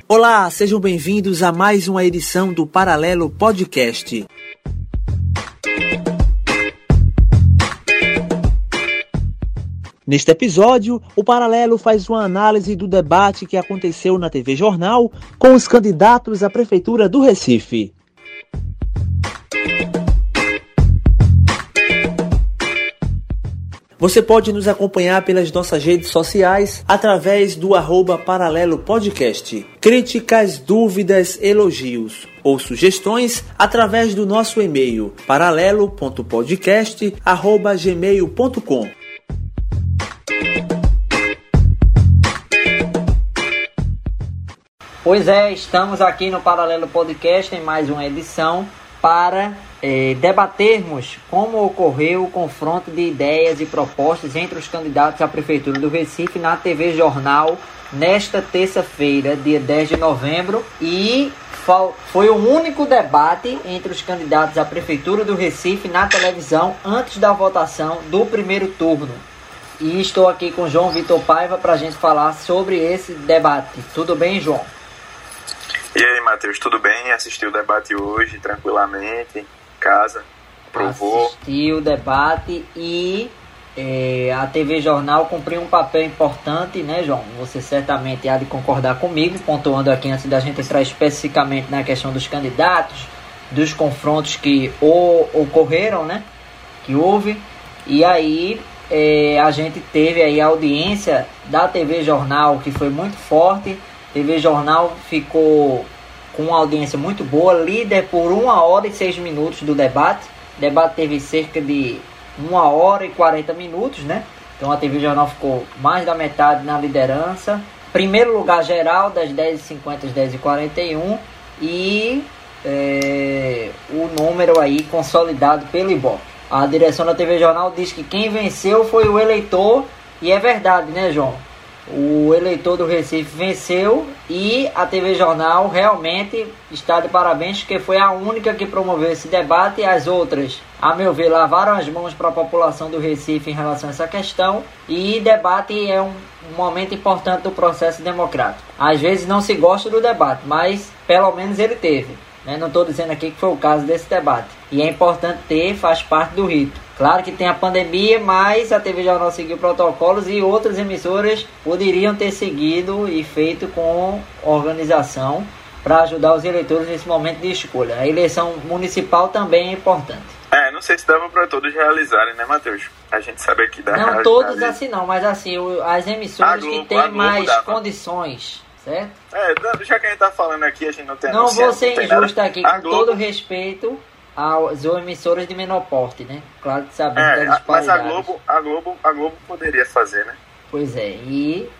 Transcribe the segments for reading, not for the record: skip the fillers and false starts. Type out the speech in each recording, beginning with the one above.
Olá, sejam bem-vindos a mais uma edição do Paralelo Podcast. Neste episódio, o Paralelo faz uma análise do debate que aconteceu na TV Jornal com os candidatos à Prefeitura do Recife. Você pode nos acompanhar pelas nossas redes sociais através do @Paralelo Podcast. Críticas, dúvidas, elogios ou sugestões através do nosso e-mail paralelo.podcast@gmail.com. Pois é, estamos aqui no Paralelo Podcast em mais uma edição para debatermos como ocorreu o confronto de ideias e propostas entre os candidatos à Prefeitura do Recife na TV Jornal nesta terça-feira, dia 10 de novembro, e foi o único debate entre os candidatos à Prefeitura do Recife na televisão antes da votação do primeiro turno. E estou aqui com João Vitor Paiva para a gente falar sobre esse debate. Tudo bem, João? E aí, Matheus, tudo bem? Assisti o debate hoje tranquilamente, em casa, provou. Assisti o debate e a TV Jornal cumpriu um papel importante, né, João? Você certamente há de concordar comigo, pontuando aqui antes da gente entrar especificamente na questão dos candidatos, dos confrontos que ocorreram, né, que houve, e aí a gente teve aí a audiência da TV Jornal, que foi muito forte. TV Jornal ficou com uma audiência muito boa, líder por 1 hora e 6 minutos do debate. O debate teve cerca de 1 hora e 40 minutos, né? Então a TV Jornal ficou mais da metade na liderança. Primeiro lugar geral, das 10h50 às 10h41. E o número aí consolidado pelo Ibope. A direção da TV Jornal diz que quem venceu foi o eleitor. E é verdade, né, João? O eleitor do Recife venceu e a TV Jornal realmente está de parabéns, porque foi a única que promoveu esse debate, e as outras, a meu ver, lavaram as mãos para a população do Recife em relação a essa questão. E debate é um momento importante do processo democrático. Às vezes não se gosta do debate, mas pelo menos ele teve, né? Não estou dizendo aqui que foi o caso desse debate. E é importante ter, faz parte do rito. Claro que tem a pandemia, mas a TV Jornal seguiu protocolos e outras emissoras poderiam ter seguido e feito com organização para ajudar os eleitores nesse momento de escolha. A eleição municipal também é importante. Não sei se dava para todos realizarem, né, Matheus? A gente sabe aqui da... Não todos assim não, mas assim, as emissoras que têm mais condições, certo? Já que a gente tá falando aqui, a gente não tem... Não vou ser injusto aqui, com todo respeito às emissoras de menor porte, né? Claro que sabemos das disparidades. Mas a Globo poderia fazer, né? Pois é, e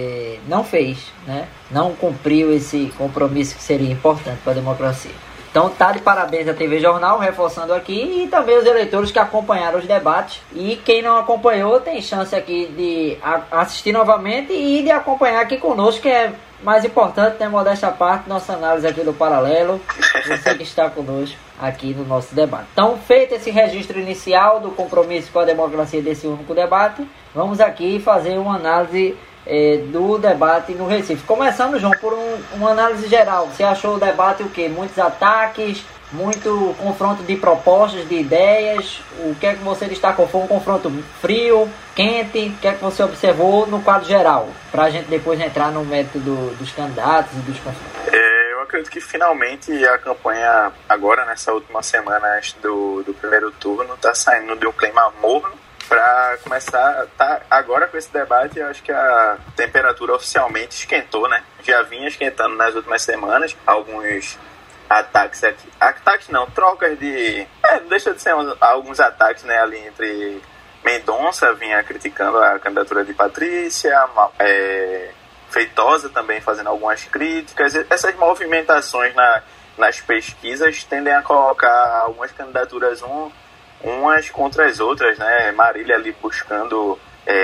não fez, né? Não cumpriu esse compromisso que seria importante para a democracia. Então tá de parabéns a TV Jornal, reforçando aqui, e também os eleitores que acompanharam os debates. E quem não acompanhou tem chance aqui de assistir novamente e de acompanhar aqui conosco, que é mais importante, né, modéstia à parte, nossa análise aqui do Paralelo, você que está conosco aqui no nosso debate. Então, feito esse registro inicial do compromisso com a democracia desse único debate, vamos aqui fazer uma análise do debate no Recife. Começando, João, por uma análise geral. Você achou o debate o quê? Muitos ataques, muito confronto de propostas, de ideias? O que é que você destacou? Foi um confronto frio, quente? O que é que você observou no quadro geral? Para a gente depois entrar no mérito dos candidatos e dos confrontos. Eu acredito que finalmente a campanha, agora nessa última semana antes do primeiro turno, está saindo de um clima morno para começar. Agora com esse debate, eu acho que a temperatura oficialmente esquentou, né? Já vinha esquentando nas últimas semanas. Alguns ataques aqui. Ataques não, trocas de... não deixa de ser alguns ataques, né? Ali entre Mendonça, vinha criticando a candidatura de Patrícia, Feitosa também fazendo algumas críticas. Essas movimentações nas pesquisas tendem a colocar algumas candidaturas umas contra as outras, né? Marília ali buscando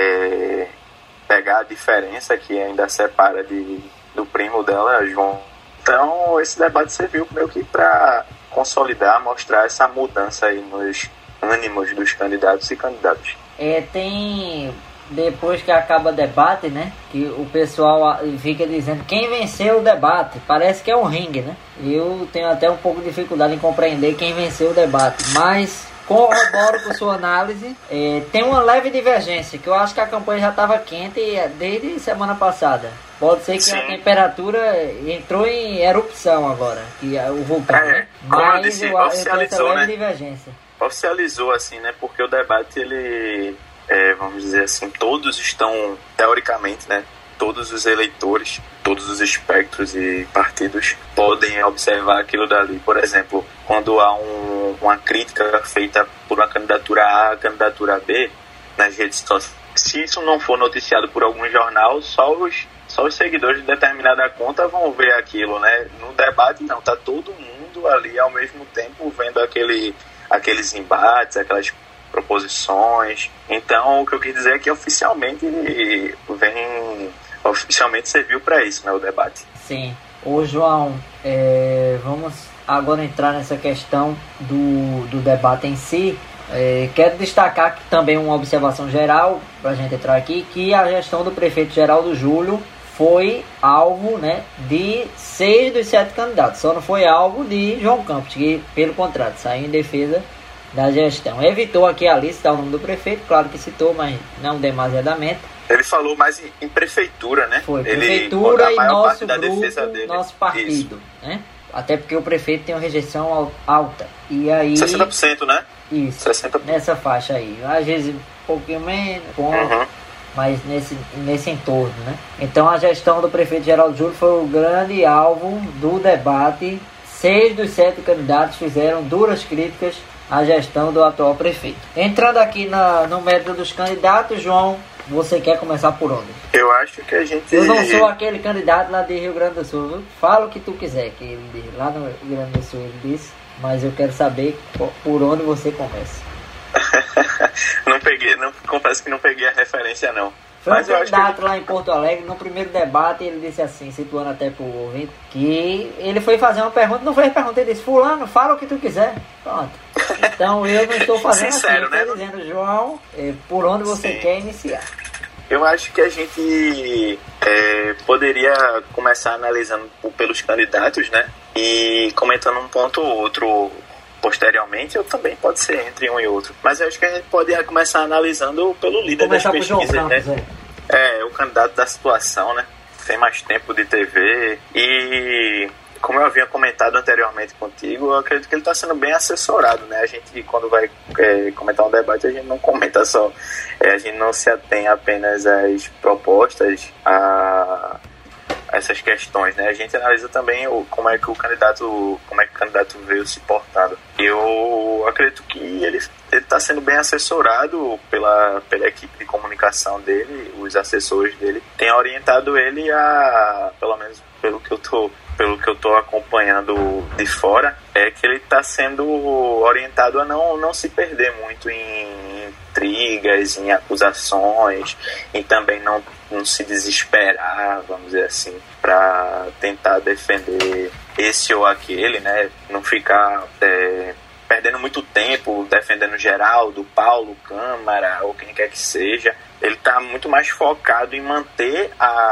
pegar a diferença que ainda separa do primo dela, João. Então esse debate serviu meio que para consolidar, mostrar essa mudança aí nos ânimos dos candidatos e candidatas. Tem depois que acaba o debate, né? Que o pessoal fica dizendo quem venceu o debate. Parece que é um ringue, né? Eu tenho até um pouco de dificuldade em compreender quem venceu o debate. Mas corroboro com sua análise. Tem uma leve divergência, que eu acho que a campanha já estava quente desde semana passada. Pode ser que Sim. a temperatura entrou em erupção agora, que é o vulcão. Né? Como eu Mas disse, eu tenho essa oficializou, leve né? divergência. Oficializou, assim, né? Porque o debate, ele, vamos dizer assim, todos estão, teoricamente, né? Todos os eleitores, todos os espectros e partidos podem observar aquilo dali. Por exemplo, quando há uma crítica feita por uma candidatura A, candidatura B, nas redes sociais, se isso não for noticiado por algum jornal, só os seguidores de determinada conta vão ver aquilo, né? No debate, não, tá todo mundo ali ao mesmo tempo vendo aqueles embates, aquelas proposições. Então, o que eu quis dizer é que oficialmente serviu para isso, né, o debate. Sim. Ô João, vamos agora entrar nessa questão do debate em si. Quero destacar que também uma observação geral, para a gente entrar aqui, que a gestão do prefeito Geraldo Júlio foi alvo, né, de 6 dos 7 candidatos. Só não foi alvo de João Campos, que pelo contrário, saiu em defesa da gestão. Evitou aqui ali citar o nome do prefeito, claro que citou, mas não demasiadamente. Ele falou mais em prefeitura, né? Foi, prefeitura e nosso grupo, dele. Nosso partido, né? Até porque o prefeito tem uma rejeição alta. E aí... 60%, né? Isso, 60%. Nessa faixa aí. Às vezes um pouquinho menos, mas nesse entorno, né? Então a gestão do prefeito Geraldo Júlio foi o grande alvo do debate. 6 dos 7 candidatos fizeram duras críticas à gestão do atual prefeito. Entrando aqui no mérito dos candidatos, João, você quer começar por onde? Eu acho que a gente... Eu não sou aquele candidato lá de Rio Grande do Sul, viu? Fala o que tu quiser, que ele, lá no Rio Grande do Sul ele disse, mas eu quero saber por onde você começa. Confesso que não peguei a referência, não. Foi um candidato lá em Porto Alegre, no primeiro debate, ele disse assim, situando até pro ouvinte, que ele foi fazer uma pergunta, não fez pergunta, ele disse, fulano, fala o que tu quiser. Pronto. Então eu não estou fazendo sincero, assim, eu estou dizendo, João, por onde você quer iniciar. Eu acho que a gente poderia começar analisando pelos candidatos, né? E comentando um ponto ou outro posteriormente, ou também pode ser entre um e outro. Mas eu acho que a gente pode começar analisando pelo líder das pesquisas, né? O candidato da situação, né? Tem mais tempo de TV e, como eu havia comentado anteriormente contigo, eu acredito que ele está sendo bem assessorado, né? A gente, quando vai comentar um debate, a gente não comenta só, a gente não se atém apenas às propostas, a essas questões, né? A gente analisa também como é que o candidato veio se portando. Eu acredito que ele está sendo bem assessorado pela equipe de comunicação dele, os assessores dele têm orientado ele a, pelo menos pelo que eu tô acompanhando de fora, é que ele está sendo orientado a não se perder muito em intrigas, em acusações, e também não se desesperar, vamos dizer assim, para tentar defender esse ou aquele, né? Não ficar perdendo muito tempo defendendo Geraldo, Paulo, Câmara ou quem quer que seja. Ele está muito mais focado em manter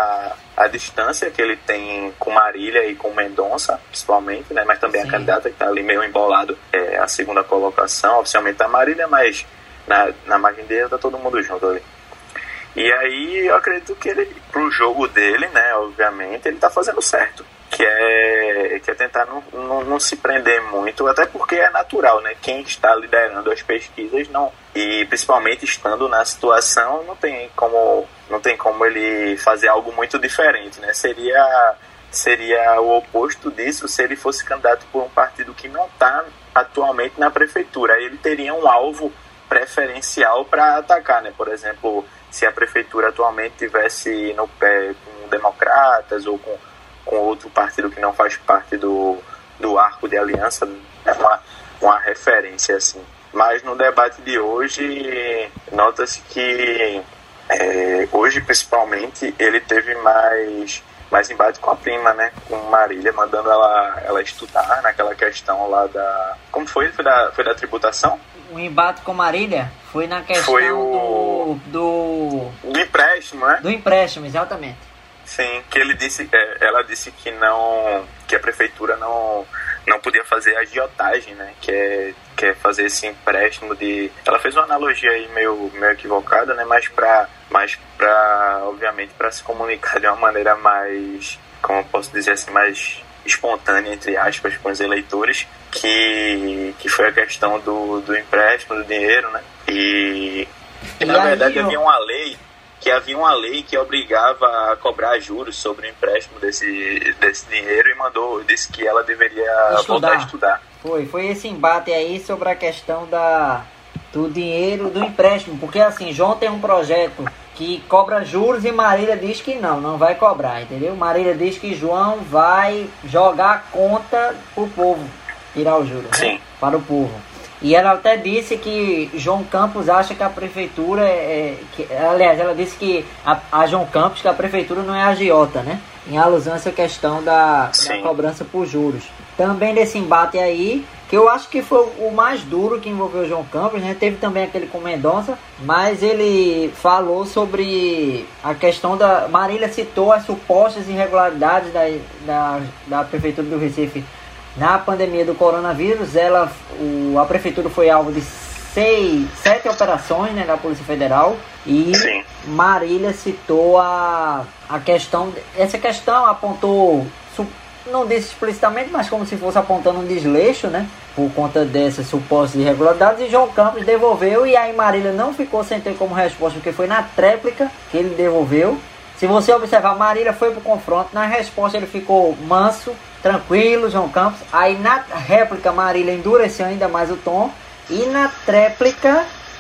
a distância que ele tem com Marília e com Mendonça, principalmente, né? Mas também Sim. A candidata que está ali meio embolado a segunda colocação, oficialmente a Marília, mas na margem dele está todo mundo junto ali. E aí eu acredito que ele, pro jogo dele, né, obviamente, ele tá fazendo certo. Que é tentar não se prender muito, até porque é natural, né? Quem está liderando as pesquisas, e principalmente estando na situação, não tem como ele fazer algo muito diferente, né? Seria o oposto disso se ele fosse candidato por um partido que não está atualmente na prefeitura. Aí ele teria um alvo preferencial para atacar, né? Por exemplo, se a prefeitura atualmente tivesse no pé com democratas ou com outro partido que não faz parte do arco de aliança, é uma referência, assim. Mas no debate de hoje, nota-se que hoje, principalmente, ele teve mais embate com a prima, né? Com Marília, mandando ela estudar naquela questão lá da... Como foi? Foi da tributação? O embate com Marília foi na questão do empréstimo, né? Do empréstimo, exatamente. Sim, que ela disse que a prefeitura não podia fazer agiotagem, né? Que é fazer esse empréstimo ela fez uma analogia aí meio equivocada, né? Mas obviamente para se comunicar de uma maneira mais, como eu posso dizer assim, mais espontânea, entre aspas, com os eleitores, que foi a questão do empréstimo, do dinheiro, né? E na verdade havia uma lei que obrigava a cobrar juros sobre o empréstimo desse dinheiro e disse que ela deveria voltar a estudar. Foi esse embate aí sobre a questão do dinheiro do empréstimo, porque assim, João tem um projeto que cobra juros e Marília diz que não vai cobrar, entendeu? Marília diz que João vai jogar a conta pro povo, tirar o juros, né? Para o povo. E ela até disse que João Campos acha que a prefeitura aliás, ela disse que a João Campos, que a prefeitura não é agiota, né? Em alusão a essa questão da cobrança por juros. Também desse embate aí, que eu acho que foi o mais duro que envolveu o João Campos, né? Teve também aquele com Mendonça, mas ele falou sobre a questão da... Marília citou as supostas irregularidades da prefeitura do Recife na pandemia do coronavírus. A prefeitura foi alvo de 7 operações, né, da Polícia Federal, e Marília citou a questão, essa questão apontou, não disse explicitamente, mas como se fosse apontando um desleixo, né, por conta dessas supostas irregularidades, e João Campos devolveu, e aí Marília não ficou sem ter como resposta, porque foi na tréplica que ele devolveu. Se você observar, Marília foi pro confronto, na resposta ele ficou manso, tranquilo, João Campos. Aí na réplica Marília endureceu ainda mais o tom. E na tréplica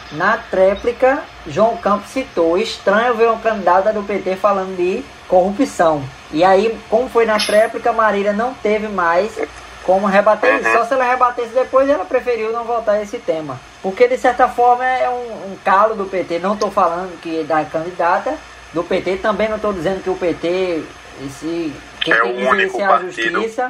João Campos citou: estranho ver um candidato do PT falando de corrupção. E aí, como foi na tréplica, Marília não teve mais como rebater isso. Só se ela rebatesse depois, ela preferiu não voltar a esse tema. Porque de certa forma é um calo do PT. Não estou falando que é da candidata do PT, também não estou dizendo que o PT... Quem é tem que dizer é a justiça,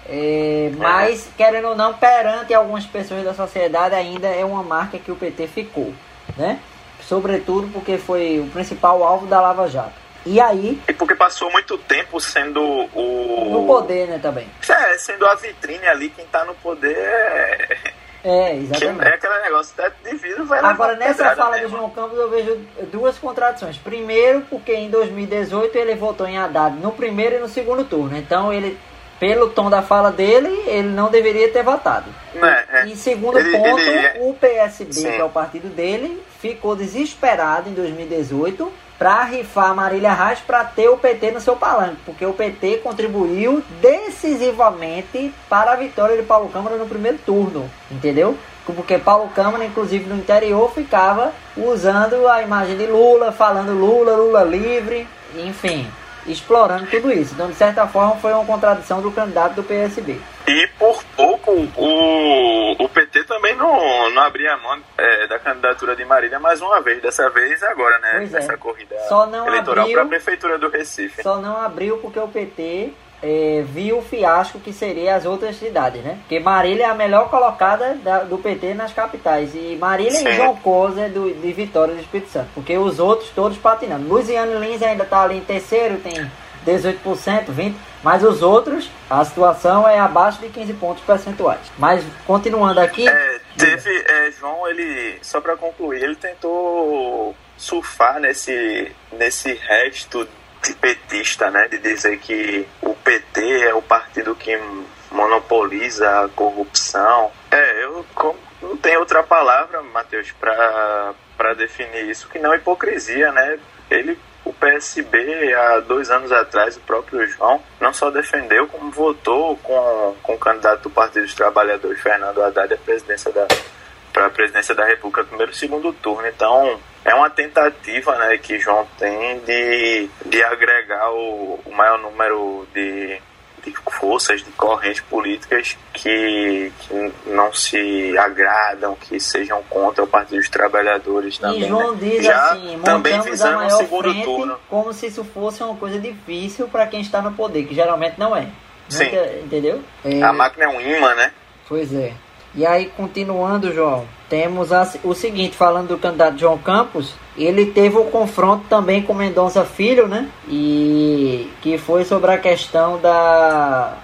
mas querendo ou não, perante algumas pessoas da sociedade ainda é uma marca que o PT ficou, né? Sobretudo porque foi o principal alvo da Lava Jato. E aí... E porque passou muito tempo sendo no poder, né, também. Sendo a vitrine ali, quem tá no poder exatamente. É aquele negócio, tá dividido, vai Agora, nessa fala do João Campos, eu vejo duas contradições. Primeiro, porque em 2018 ele votou em Haddad no primeiro e no segundo turno. Então, ele, pelo tom da fala dele, ele não deveria ter votado. E segundo ponto, o PSB, que é o partido dele, ficou desesperado em 2018 para rifar Marília Reis para ter o PT no seu palanque, porque o PT contribuiu decisivamente para a vitória de Paulo Câmara no primeiro turno, entendeu? Porque Paulo Câmara, inclusive no interior, ficava usando a imagem de Lula, falando Lula livre, enfim, explorando tudo isso. Então, de certa forma, foi uma contradição do candidato do PSB. E por pouco o PT também não abria mão da candidatura de Marília mais uma vez, dessa vez agora, né? Nessa corrida eleitoral para a prefeitura do Recife. Só não abriu porque o PT viu o fiasco que seria as outras cidades, né? Porque Marília é a melhor colocada do PT nas capitais, e Marília e João Coza de Vitória do Espírito Santo, porque os outros todos patinando. Luiziane Lins ainda está ali em terceiro, tem 18%, 20%, mas os outros, a situação é abaixo de 15 pontos percentuais. Mas, continuando aqui... João, ele, só para concluir, ele tentou surfar nesse resto de petista, né, de dizer que o PT é o partido que monopoliza a corrupção. Eu não tenho outra palavra, Matheus, para definir isso, que não hipocrisia, né? O PSB, há 2 anos atrás, o próprio João não só defendeu, como votou com o candidato do Partido dos Trabalhadores, Fernando Haddad, para a presidência da República, no primeiro e segundo turno. Então, é uma tentativa, né, que João tem de agregar o maior número de forças, de correntes políticas que não se agradam, que sejam contra o Partido dos Trabalhadores também. E João diz assim, também visando a maior segundo frente, turno, como se isso fosse uma coisa difícil para quem está no poder, que geralmente não é. Sim. Entendeu? A máquina é um imã, né? Pois é. E aí, continuando, João, temos o seguinte, falando do candidato João Campos, ele teve um confronto também com Mendonça Filho, né? E que foi sobre a questão da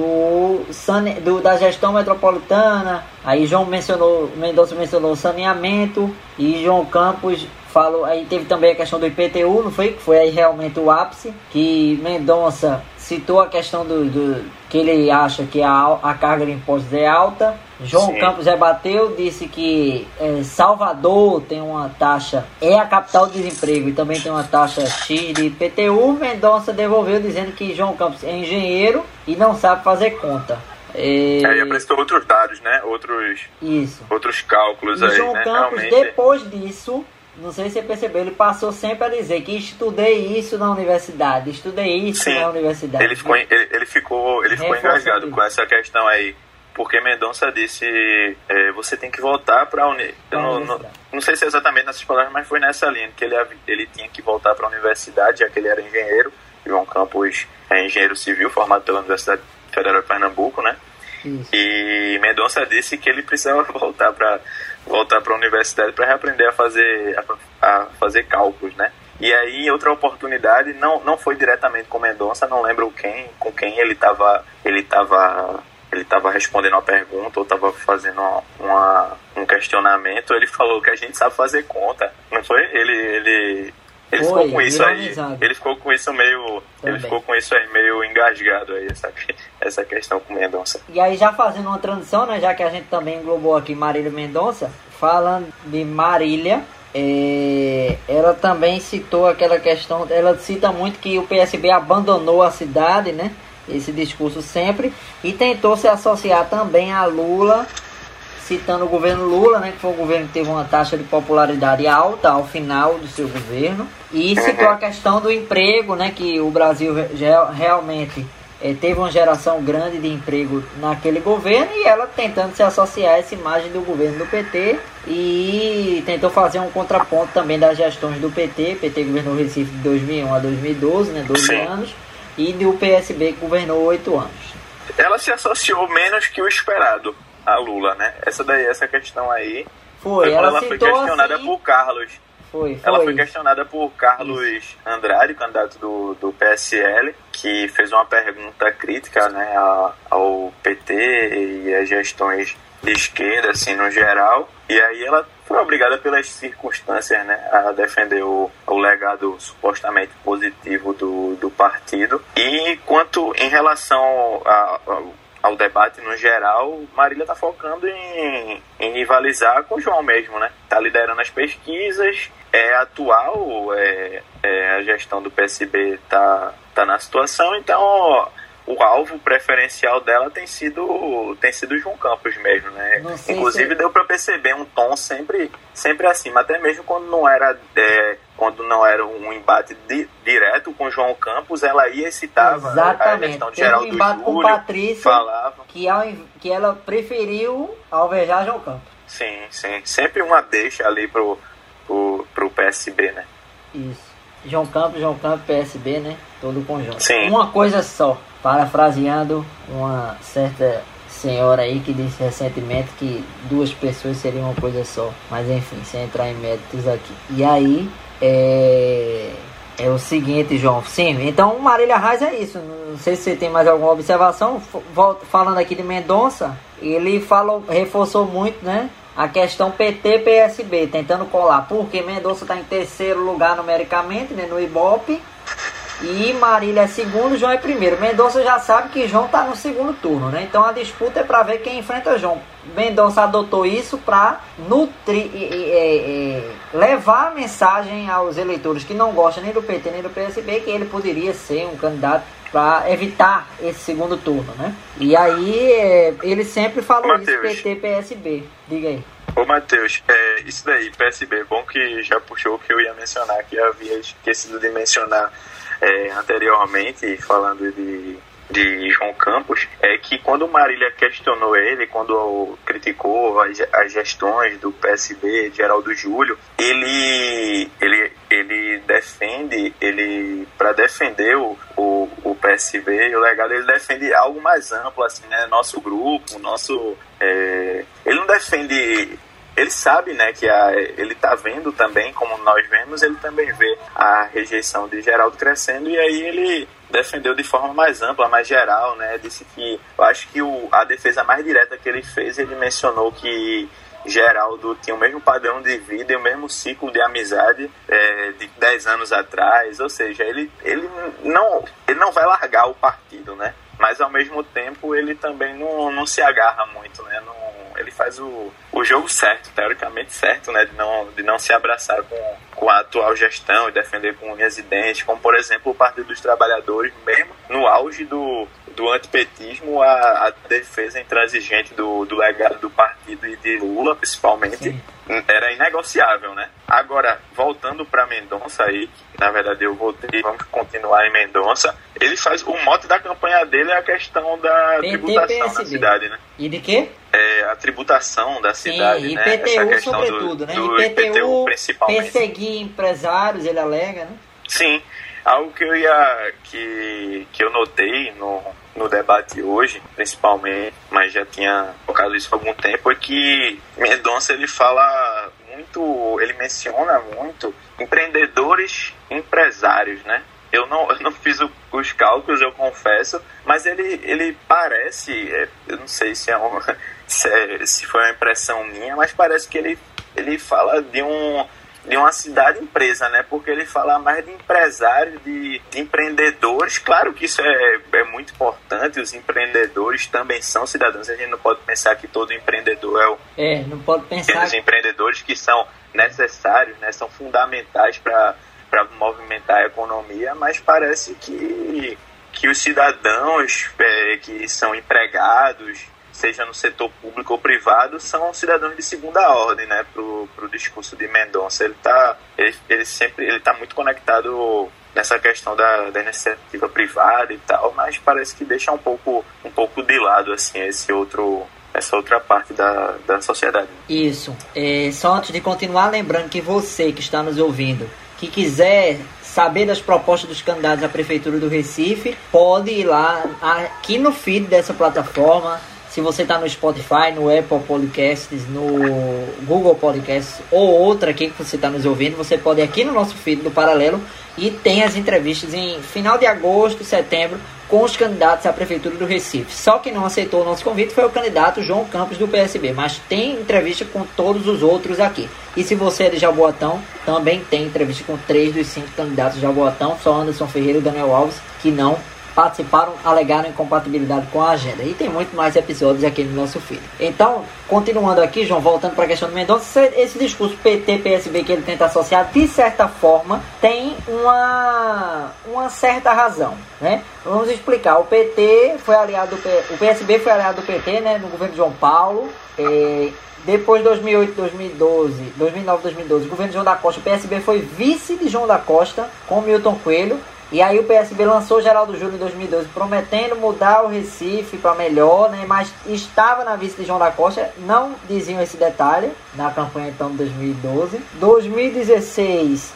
gestão metropolitana. Aí Mendonça mencionou saneamento e João Campos falou, aí teve também a questão do IPTU, não foi? Que foi aí realmente o ápice, que Mendonça citou a questão que ele acha que a carga de impostos é alta. João Campos rebateu, disse que Salvador tem uma taxa, é a capital do desemprego, e também tem uma taxa X de IPTU. Mendonça devolveu dizendo que João Campos é engenheiro e não sabe fazer conta. E apresentou outros dados, né? Outros cálculos e aí, João né? Campos, realmente... depois disso, não sei se você percebeu, ele passou sempre a dizer que estudei isso na universidade, na universidade. Ele ficou engasgado com essa questão aí, porque Mendonça disse, você tem que voltar para a universidade. Não sei se é exatamente nessas palavras, mas foi nessa linha, que ele tinha que voltar para a universidade, já que ele era engenheiro. João Campos é engenheiro civil, formado pela Universidade Federal de Pernambuco, né? Isso. E Mendonça disse que ele precisava voltar para a universidade para reaprender a fazer cálculos, né? E aí, outra oportunidade, não foi diretamente com Mendonça, não lembro com quem ele estava respondendo uma pergunta ou estava fazendo um questionamento. Ele falou que a gente sabe fazer conta, não foi? Ele ficou com isso aí. Ele ficou com isso meio. Também. Ele ficou com isso aí meio engasgado aí, essa questão com Mendonça. E aí, já fazendo uma transição, né? Já que a gente também englobou aqui Marília Mendonça, falando de Marília, ela também citou aquela questão. Ela cita muito que o PSB abandonou a cidade, né? Esse discurso sempre, e tentou se associar também a Lula, citando o governo Lula, né, que foi um governo que teve uma taxa de popularidade alta ao final do seu governo, e citou a questão do emprego, né, que o Brasil realmente teve uma geração grande de emprego naquele governo, e ela tentando se associar a essa imagem do governo do PT, e tentou fazer um contraponto também das gestões do PT. PT governou o Recife de 2001 a 2012, né, 12 anos, e do PSB que governou 8 anos. Ela se associou menos que o esperado a Lula, né? Essa questão aí foi quando ela foi questionada assim, por Carlos. Ela foi questionada por Carlos Andrade, candidato do PSL, que fez uma pergunta crítica, né, ao PT e às gestões de esquerda, assim, no geral. E aí ela foi obrigada pelas circunstâncias, né, a defender o legado supostamente positivo do partido. E quanto em relação ao debate no geral, Marília está focando em rivalizar com o João mesmo, né? Está liderando as pesquisas, atual, a gestão do PSB tá na situação, então o alvo preferencial dela tem sido João Campos mesmo, né? Inclusive deu para perceber um tom sempre acima, até mesmo quando não era um embate direto com João Campos, ela ia e citava a gestão de Geraldo Júlio, com Patrícia, falava que ela preferiu alvejar João Campos. Sim, sempre uma deixa ali pro PSB, né? Isso. João Campos, PSB, né? Todo o conjunto. Sim. Uma coisa só, parafraseando uma certa senhora aí que disse recentemente que duas pessoas seriam uma coisa só. Mas enfim, sem entrar em méritos aqui. E aí, é o seguinte, João. Sim, então Marília Reis é isso. Não sei se você tem mais alguma observação. Falando aqui de Mendonça, ele reforçou muito, né? A questão PT-PSB, tentando colar, porque Mendonça está em terceiro lugar numericamente, né, no Ibope, e Marília é segundo, João é primeiro. Mendonça já sabe que João está no segundo turno, né? Então a disputa é para ver quem enfrenta João. Mendonça adotou isso para levar a mensagem aos eleitores que não gostam nem do PT nem do PSB, que ele poderia ser um candidato para evitar esse segundo turno, né? E aí ele sempre falou Mateus, isso, PT-PSB. Diga aí. Ô Matheus, isso daí, PSB, bom que já puxou o que eu ia mencionar, que eu havia esquecido de mencionar anteriormente, falando de João Campos, é que quando Marília questionou ele, quando criticou as gestões do PSB, de Geraldo Júlio, ele defende, para defender o PSB, e o legado ele defende algo mais amplo, assim, né? Nosso grupo, ele não defende... Ele sabe, né, que ele tá vendo também, como nós vemos, ele também vê a rejeição de Geraldo crescendo, e aí ele defendeu de forma mais ampla, mais geral, né? Disse que, eu acho que a defesa mais direta que ele fez, ele mencionou que Geraldo tinha o mesmo padrão de vida e o mesmo ciclo de amizade de 10 anos atrás, ou seja, ele não vai largar o partido, né? Mas ao mesmo tempo ele também não se agarra muito, né? Ele faz o jogo certo, teoricamente certo, né? De não se abraçar com a atual gestão e defender com unhas e dentes, como por exemplo o Partido dos Trabalhadores, mesmo no auge do antipetismo, a defesa intransigente do legado do partido e de Lula, principalmente, sim, era inegociável, né? Agora, voltando para Mendonça aí, que na verdade eu voltei, vamos continuar em Mendonça, ele faz, o mote da campanha dele é a questão da tributação na cidade, né? E de quê? A tributação da cidade, sim, né? IPTU sobretudo, né? IPTU principalmente. Perseguir empresários, ele alega, né? Sim, algo que eu notei no debate hoje, principalmente, mas já tinha tocado isso há algum tempo, é que Mendonça ele fala muito, ele menciona muito empreendedores empresários, né? Eu não fiz os cálculos, eu confesso, mas ele parece, eu não sei se se foi uma impressão minha, mas parece que ele fala de uma cidade empresa, né? Porque ele fala mais de empresários, de empreendedores. Claro que isso é muito importante, os empreendedores também são cidadãos. A gente não pode pensar que todo empreendedor não pode pensar. Os empreendedores que são necessários, né? São fundamentais para movimentar a economia, mas parece que os cidadãos que são empregados, seja no setor público ou privado, são cidadãos de segunda ordem, né, pro discurso de Mendonça. Ele sempre está muito conectado nessa questão da iniciativa privada e tal, mas parece que deixa um pouco de lado assim essa outra parte da sociedade. Isso. Só antes de continuar, lembrando que você que está nos ouvindo, que quiser saber das propostas dos candidatos à Prefeitura do Recife, pode ir lá aqui no feed dessa plataforma. Se você está no Spotify, no Apple Podcasts, no Google Podcasts ou outra aqui que você está nos ouvindo, você pode ir aqui no nosso feed do Paralelo e tem as entrevistas em final de agosto, setembro, com os candidatos à Prefeitura do Recife. Só quem não aceitou o nosso convite foi o candidato João Campos do PSB, mas tem entrevista com todos os outros aqui. E se você é de Jaboatão, também tem entrevista com 3 dos 5 candidatos de Jaboatão, só Anderson Ferreira e Daniel Alves, que não participaram, alegaram incompatibilidade com a agenda. E tem muito mais episódios aqui no nosso feed. Então, continuando aqui, João, voltando para a questão do Mendonça, esse discurso PT-PSB que ele tenta associar, de certa forma, tem uma certa razão, né? Vamos explicar. O PT foi aliado o PSB foi aliado do PT, né, no governo de João Paulo. Depois de 2008, 2012, 2009, 2012, o governo de João da Costa, o PSB foi vice de João da Costa com Milton Coelho. E aí o PSB lançou Geraldo Júlio em 2012, prometendo mudar o Recife para melhor, né? Mas estava na vice de João da Costa, não diziam esse detalhe na campanha então de 2012. 2016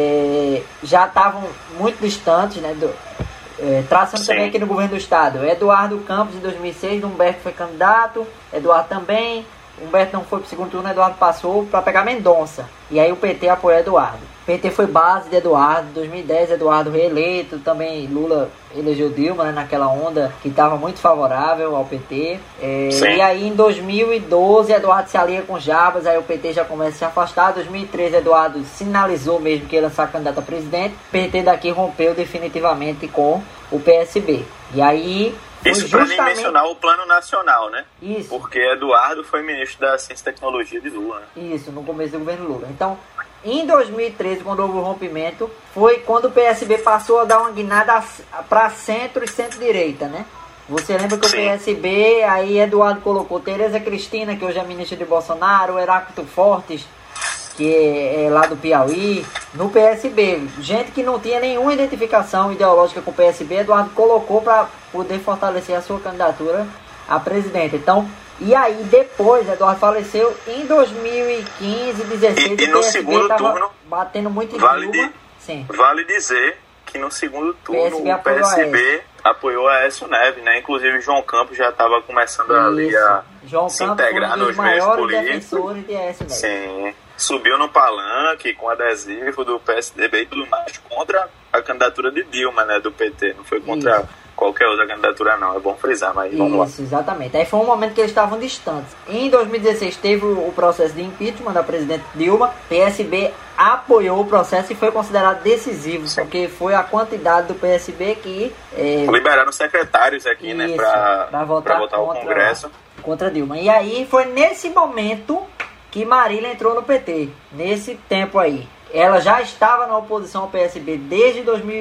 já estavam muito distantes, né? Traçando Sim. também aqui no governo do estado. Eduardo Campos em 2006, Humberto foi candidato, Eduardo também. Humberto não foi para o segundo turno, Eduardo passou para pegar Mendonça. E aí o PT apoiou Eduardo. O PT foi base de Eduardo. Em 2010, Eduardo reeleito. Também Lula elegeu Dilma, né, naquela onda que estava muito favorável ao PT. E aí em 2012, Eduardo se alia com Jarbas. Aí o PT já começa a se afastar. Em 2013, Eduardo sinalizou mesmo que ia lançar candidato a presidente. O PT daqui rompeu definitivamente com o PSB. E aí... Isso para nem mencionar o Plano Nacional, né? Isso. Porque Eduardo foi ministro da Ciência e Tecnologia de Lula, né? Isso, no começo do governo Lula. Então, em 2013, quando houve o rompimento, foi quando o PSB passou a dar uma guinada para centro e centro-direita, né? Você lembra que Sim. o PSB, aí Eduardo colocou Tereza Cristina, que hoje é ministra de Bolsonaro, Heráclito Fortes, que é lá do Piauí, no PSB. Gente que não tinha nenhuma identificação ideológica com o PSB, Eduardo colocou para poder fortalecer a sua candidatura a presidente. Então, e aí depois, Eduardo faleceu em 2015, 2016, e no segundo turno, batendo muito em Dilma. Vale dizer que no segundo turno PSB o PSB apoiou a Aécio Neves, né? Inclusive João Campos já estava começando ali a se integrar nos meios políticos. De Aécio Neves. Sim, subiu no palanque com adesivo do PSDB e tudo mais contra a candidatura de Dilma, né? Do PT, não foi contra qualquer outra candidatura não, é bom frisar, mas vamos lá. Isso, exatamente. Aí foi um momento que eles estavam distantes. Em 2016 teve o processo de impeachment da presidente Dilma, PSB apoiou o processo e foi considerado decisivo, porque foi a quantidade do PSB que... liberaram secretários aqui, isso, né, para votar o Congresso. Contra Dilma. E aí foi nesse momento que Marília entrou no PT, nesse tempo aí. Ela já estava na oposição ao PSB desde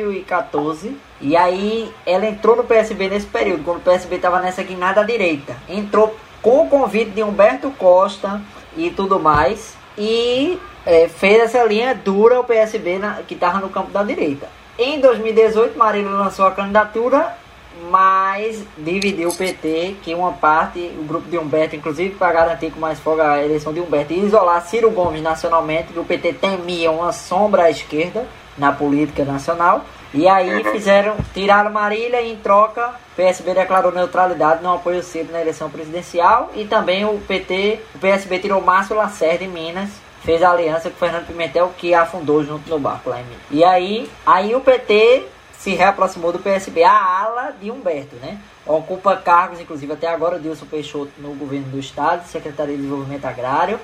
2014. E aí ela entrou no PSB nesse período, quando o PSB estava nessa guinada à direita. Entrou com o convite de Humberto Costa e tudo mais. E fez essa linha dura ao PSB que estava no campo da direita. Em 2018, Marília lançou a candidatura, mas dividiu o PT, que uma parte, o grupo de Humberto, inclusive para garantir com mais folga a eleição de Humberto e isolar Ciro Gomes nacionalmente, que o PT temia uma sombra à esquerda na política nacional. E aí tiraram Marília e em troca o PSB declarou neutralidade, não apoiou Ciro na eleição presidencial. E também o PSB tirou Márcio Lacerda em Minas, fez aliança com Fernando Pimentel, que afundou junto no barco lá em Minas. E aí o PT se reaproximou do PSB, a ala de Humberto, né? Ocupa cargos, inclusive até agora, Dilson Peixoto no governo do estado, Secretaria de Desenvolvimento Agrário,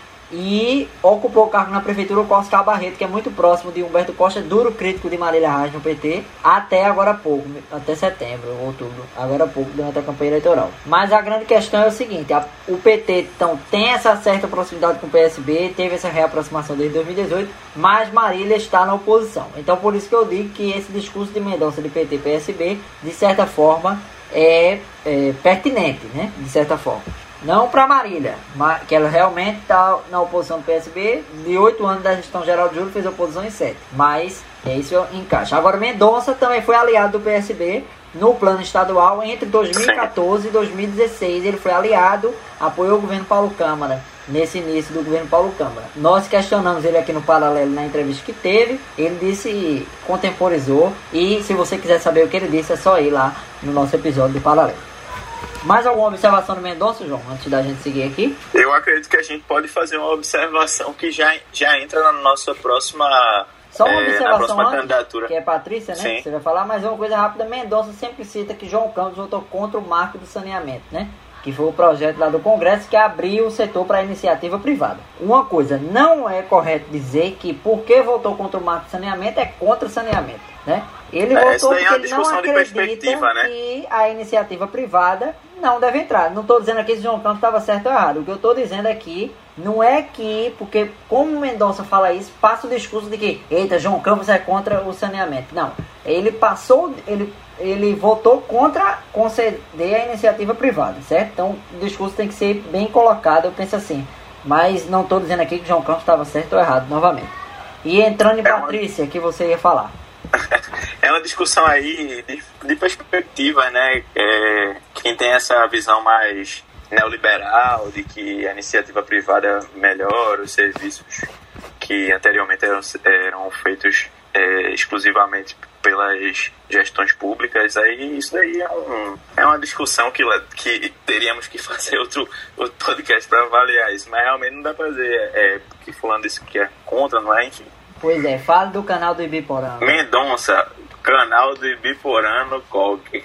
e ocupou o cargo na prefeitura com Oscar Barreto, que é muito próximo de Humberto Costa, duro crítico de Marília Reis no PT, até agora há pouco, até setembro, outubro, agora há pouco, durante a campanha eleitoral. Mas a grande questão é o seguinte, o PT então tem essa certa proximidade com o PSB, teve essa reaproximação desde 2018, mas Marília está na oposição. Então por isso que eu digo que esse discurso de Mendonça de PT e PSB, de certa forma, é pertinente, né? De certa forma. Não para Marília, que ela realmente está na oposição do PSB. De 8 anos da gestão geral de Júlio, fez oposição em 7. Mas isso encaixa. Agora, Mendonça também foi aliado do PSB no plano estadual entre 2014 e 2016. Ele foi aliado, apoiou o governo Paulo Câmara, nesse início do governo Paulo Câmara. Nós questionamos ele aqui no Paralelo na entrevista que teve. Ele disse, contemporizou. E se você quiser saber o que ele disse, é só ir lá no nosso episódio do Paralelo. Mais alguma observação do Mendonça, João, antes da gente seguir aqui? Eu acredito que a gente pode fazer uma observação que já entra na nossa próxima, só uma observação antes, candidatura. Que é Patrícia, né? Sim. Você vai falar, mas uma coisa rápida. Mendonça sempre cita que João Campos votou contra o marco do saneamento, né? Que foi o projeto lá do Congresso que abriu o setor para a iniciativa privada. Uma coisa, não é correto dizer que porque votou contra o marco do saneamento é contra o saneamento, né? Ele votou porque ele não acredita, né, que a iniciativa privada não deve entrar. Não estou dizendo aqui se João Campos estava certo ou errado. O que eu estou dizendo aqui não é que, porque como o Mendonça fala isso, passa o discurso de que, eita, João Campos é contra o saneamento. Não, ele votou contra conceder a iniciativa privada, certo? Então o discurso tem que ser bem colocado, eu penso assim. Mas não estou dizendo aqui que João Campos estava certo ou errado, novamente. E entrando em Patrícia, que você ia falar. É uma discussão aí de perspectiva, né? Quem tem essa visão mais neoliberal de que a iniciativa privada melhora os serviços que anteriormente eram feitos exclusivamente pelas gestões públicas, aí isso daí é uma discussão que teríamos que fazer outro podcast para avaliar isso, mas realmente não dá para dizer porque fulano disse que é contra, não é? Enfim. Pois é, fala do canal do Ibiporã. Mendonça, canal do Ibiporã no Coque.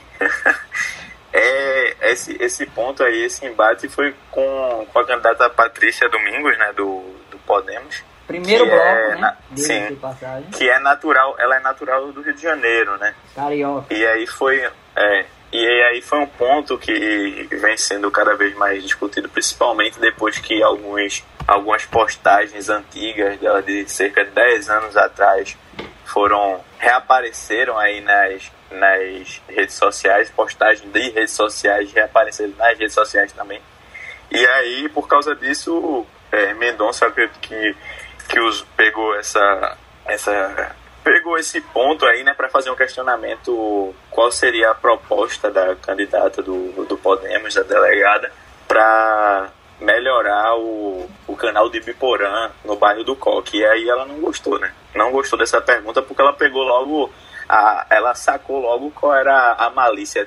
Esse ponto aí, esse embate foi com a candidata Patrícia Domingos, né, do Podemos. Primeiro bloco, né? Sim, que é natural, ela é natural do Rio de Janeiro, né? Carioca. E aí foi um ponto que vem sendo cada vez mais discutido, principalmente depois que algumas postagens antigas dela de cerca de 10 anos atrás reapareceram aí nas redes sociais, postagens de redes sociais reapareceram nas redes sociais também. E aí, por causa disso, Mendonça, acredito que pegou esse ponto aí, né, para fazer um questionamento: qual seria a proposta da candidata do Podemos, da delegada, para melhorar o canal de Ibiporã no bairro do Coque. E aí ela não gostou, né? Não gostou dessa pergunta porque ela pegou logo ela sacou logo qual era a malícia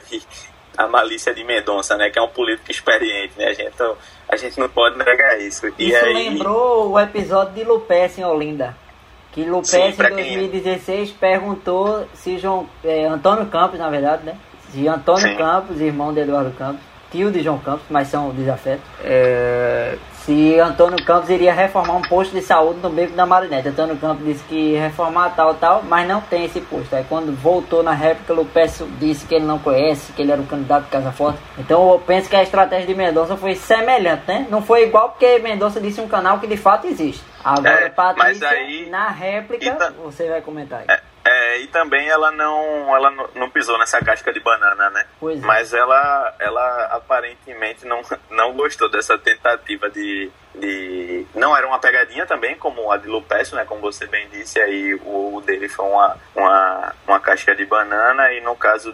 de Mendonça, né? Que é um político experiente, né? A gente não pode negar isso. Isso aí lembrou o episódio de Lupécio em Olinda. Que Lupécio em 2016 perguntou se Antônio Campos, na verdade, né? Se Antônio Campos, irmão de Eduardo Campos, tio de João Campos, mas são desafetos, se Antônio Campos iria reformar um posto de saúde no Beco da Marinete. Antônio Campos disse que ia reformar tal, mas não tem esse posto. Aí quando voltou na réplica, Lupécio disse que ele não conhece, que ele era um candidato de Casa Forte. Então eu penso que a estratégia de Mendonça foi semelhante, né? Não foi igual porque Mendonça disse um canal que de fato existe. Agora, Patrícia, aí, na réplica, você vai comentar aí. E também ela não pisou nessa casca de banana, né? Pois é. Mas ela aparentemente não gostou dessa tentativa de... Não era uma pegadinha também, como a de Lupécio, né? Como você bem disse, aí o dele foi uma casca de banana, e no caso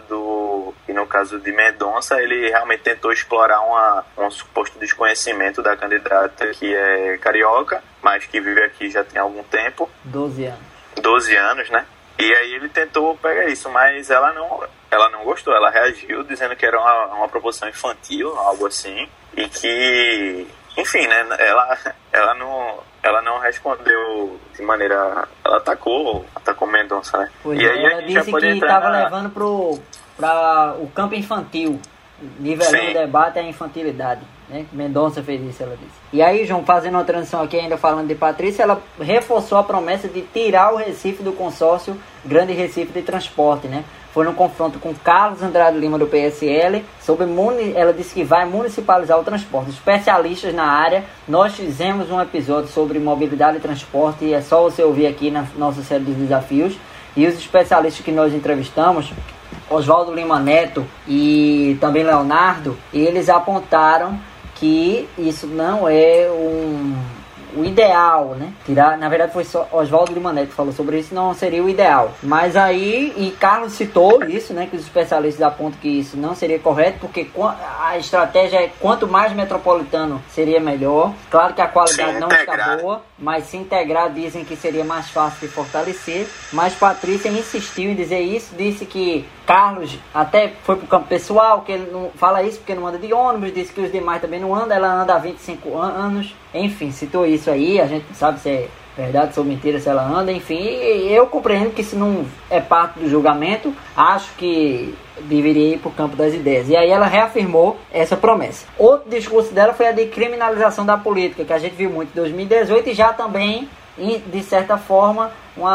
de Mendonça, ele realmente tentou explorar um suposto desconhecimento da candidata, que é carioca, mas que vive aqui já tem algum tempo. 12 anos. 12 anos, né? E aí ele tentou pegar isso, mas ela não gostou. Ela reagiu dizendo que era uma proposição infantil, algo assim, e que, enfim, né, ela não respondeu de maneira... Ela atacou Mendonça, né? Pois e aí ela disse que estava levando para o campo infantil, nivelando o debate à infantilidade, né? Mendonça fez isso, ela disse. E aí, João, fazendo uma transição aqui, ainda falando de Patrícia, ela reforçou a promessa de tirar o Recife do consórcio Grande Recife de Transporte, né? Foi no confronto com Carlos Andrade Lima, do PSL, ela disse que vai municipalizar o transporte. Especialistas na área, nós fizemos um episódio sobre mobilidade e transporte, e é só você ouvir aqui na nossa série de desafios. E os especialistas que nós entrevistamos, Oswaldo Lima Neto e também Leonardo, eles apontaram que isso não é o ideal, né? Na verdade foi só Oswaldo Lima Neto que falou sobre isso, não seria o ideal. Mas aí, e Carlos citou isso, né? Que os especialistas apontam que isso não seria correto, porque a estratégia é quanto mais metropolitano seria melhor. Claro que a qualidade não está boa, mas se integrar dizem que seria mais fácil de fortalecer. Mas Patrícia insistiu em dizer isso, disse que Carlos até foi pro campo pessoal, que ele não fala isso porque não anda de ônibus, disse que os demais também não andam, ela anda há 25 anos, enfim, citou isso aí, a gente não sabe se é verdade, se é mentira, se ela anda, enfim, eu compreendo que isso não é parte do julgamento, acho que deveria ir para o campo das ideias. E aí ela reafirmou essa promessa. Outro discurso dela foi a de criminalização da política, que a gente viu muito em 2018 e já também, de certa forma,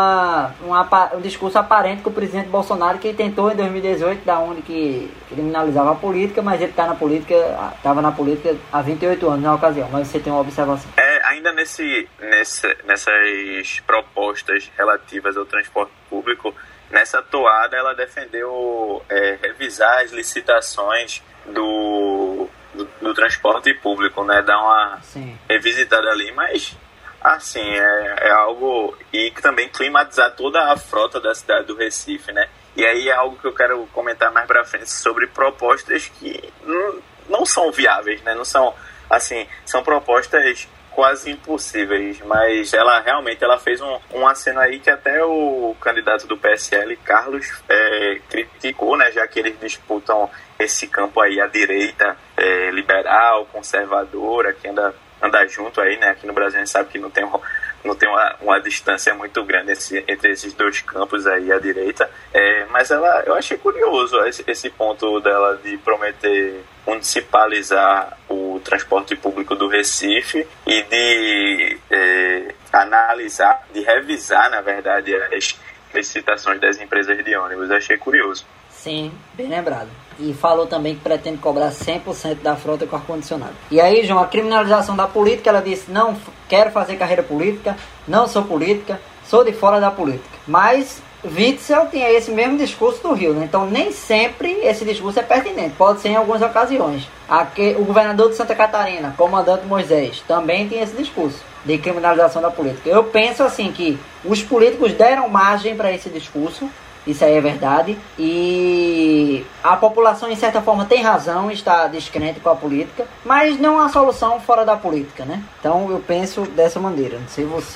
um discurso aparente com o presidente Bolsonaro, que tentou em 2018, da onde que criminalizava a política, mas ele estava na política há 28 anos na ocasião. Mas você tem uma observação? Ainda nessas propostas relativas ao transporte público, nessa toada ela defendeu revisar as licitações do transporte público, né? Dar uma revisitada ali, mas assim, é algo... E também climatizar toda a frota da cidade do Recife, né? E aí é algo que eu quero comentar mais pra frente sobre propostas que não são viáveis, né? Não são, assim, são propostas quase impossíveis, mas ela realmente fez um aceno aí que até o candidato do PSL, Carlos, criticou, né? Já que eles disputam esse campo aí, a direita liberal, conservadora, que anda junto aí, né? Aqui no Brasil a gente sabe que não tem uma distância muito grande entre esses dois campos aí, a direita. Mas eu achei curioso esse ponto dela de prometer municipalizar o transporte público do Recife e de analisar, de revisar, na verdade, as licitações das empresas de ônibus. Achei curioso. Sim, bem lembrado. E falou também que pretende cobrar 100% da frota com ar-condicionado. E aí, João, a criminalização da política, ela disse, não quero fazer carreira política, não sou política, sou de fora da política. Mas Witzel tinha esse mesmo discurso do Rio, né? Então nem sempre esse discurso é pertinente, pode ser em algumas ocasiões. O governador de Santa Catarina, comandante Moisés, também tinha esse discurso de criminalização da política. Eu penso assim que os políticos deram margem para esse discurso, isso aí é verdade, e a população, em certa forma, tem razão, está descrente com a política, mas não há solução fora da política, né? Então eu penso dessa maneira, não sei você,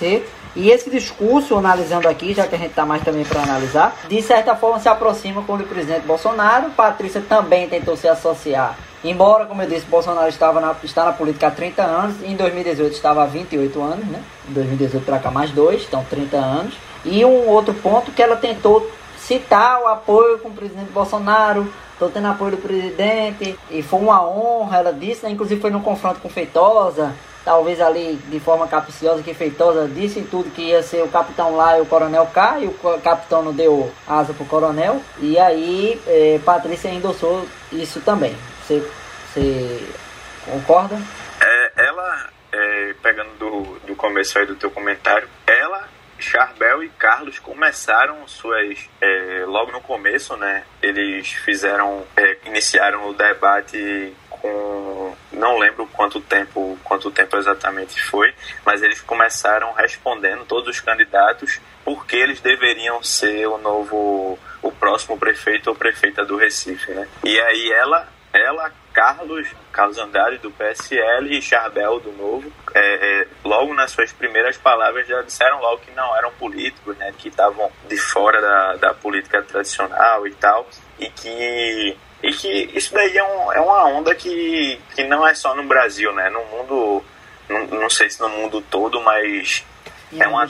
E esse discurso, analisando aqui, já que a gente está mais também para analisar, de certa forma se aproxima com o do presidente Bolsonaro. Patrícia também tentou se associar. Embora, como eu disse, Bolsonaro está na política há 30 anos, em 2018 estava há 28 anos, né? Em 2018 para cá mais 2, então 30 anos. E um outro ponto que ela tentou citar o apoio com o presidente Bolsonaro, estou tendo apoio do presidente, e foi uma honra, ela disse, né? Inclusive foi num confronto com Feitosa, talvez ali de forma capciosa, que Feitosa disse tudo que ia ser o capitão lá e o coronel cá, e o capitão não deu asa pro coronel, e aí Patrícia endossou isso também. Você concorda? Ela, pegando do começo aí do teu comentário, ela, Charbel e Carlos começaram logo no começo, né? Eles iniciaram o debate com, não lembro quanto tempo exatamente foi, mas eles começaram respondendo, todos os candidatos, porque eles deveriam ser o próximo prefeito ou prefeita do Recife, né? E aí ela, Carlos Andrade do PSL e Charbel do Novo, logo nas suas primeiras palavras já disseram logo que não eram políticos, né, que estavam de fora da política tradicional e tal, e que isso daí é uma onda que não é só no Brasil, né, no mundo, não sei se no mundo todo, mas é uma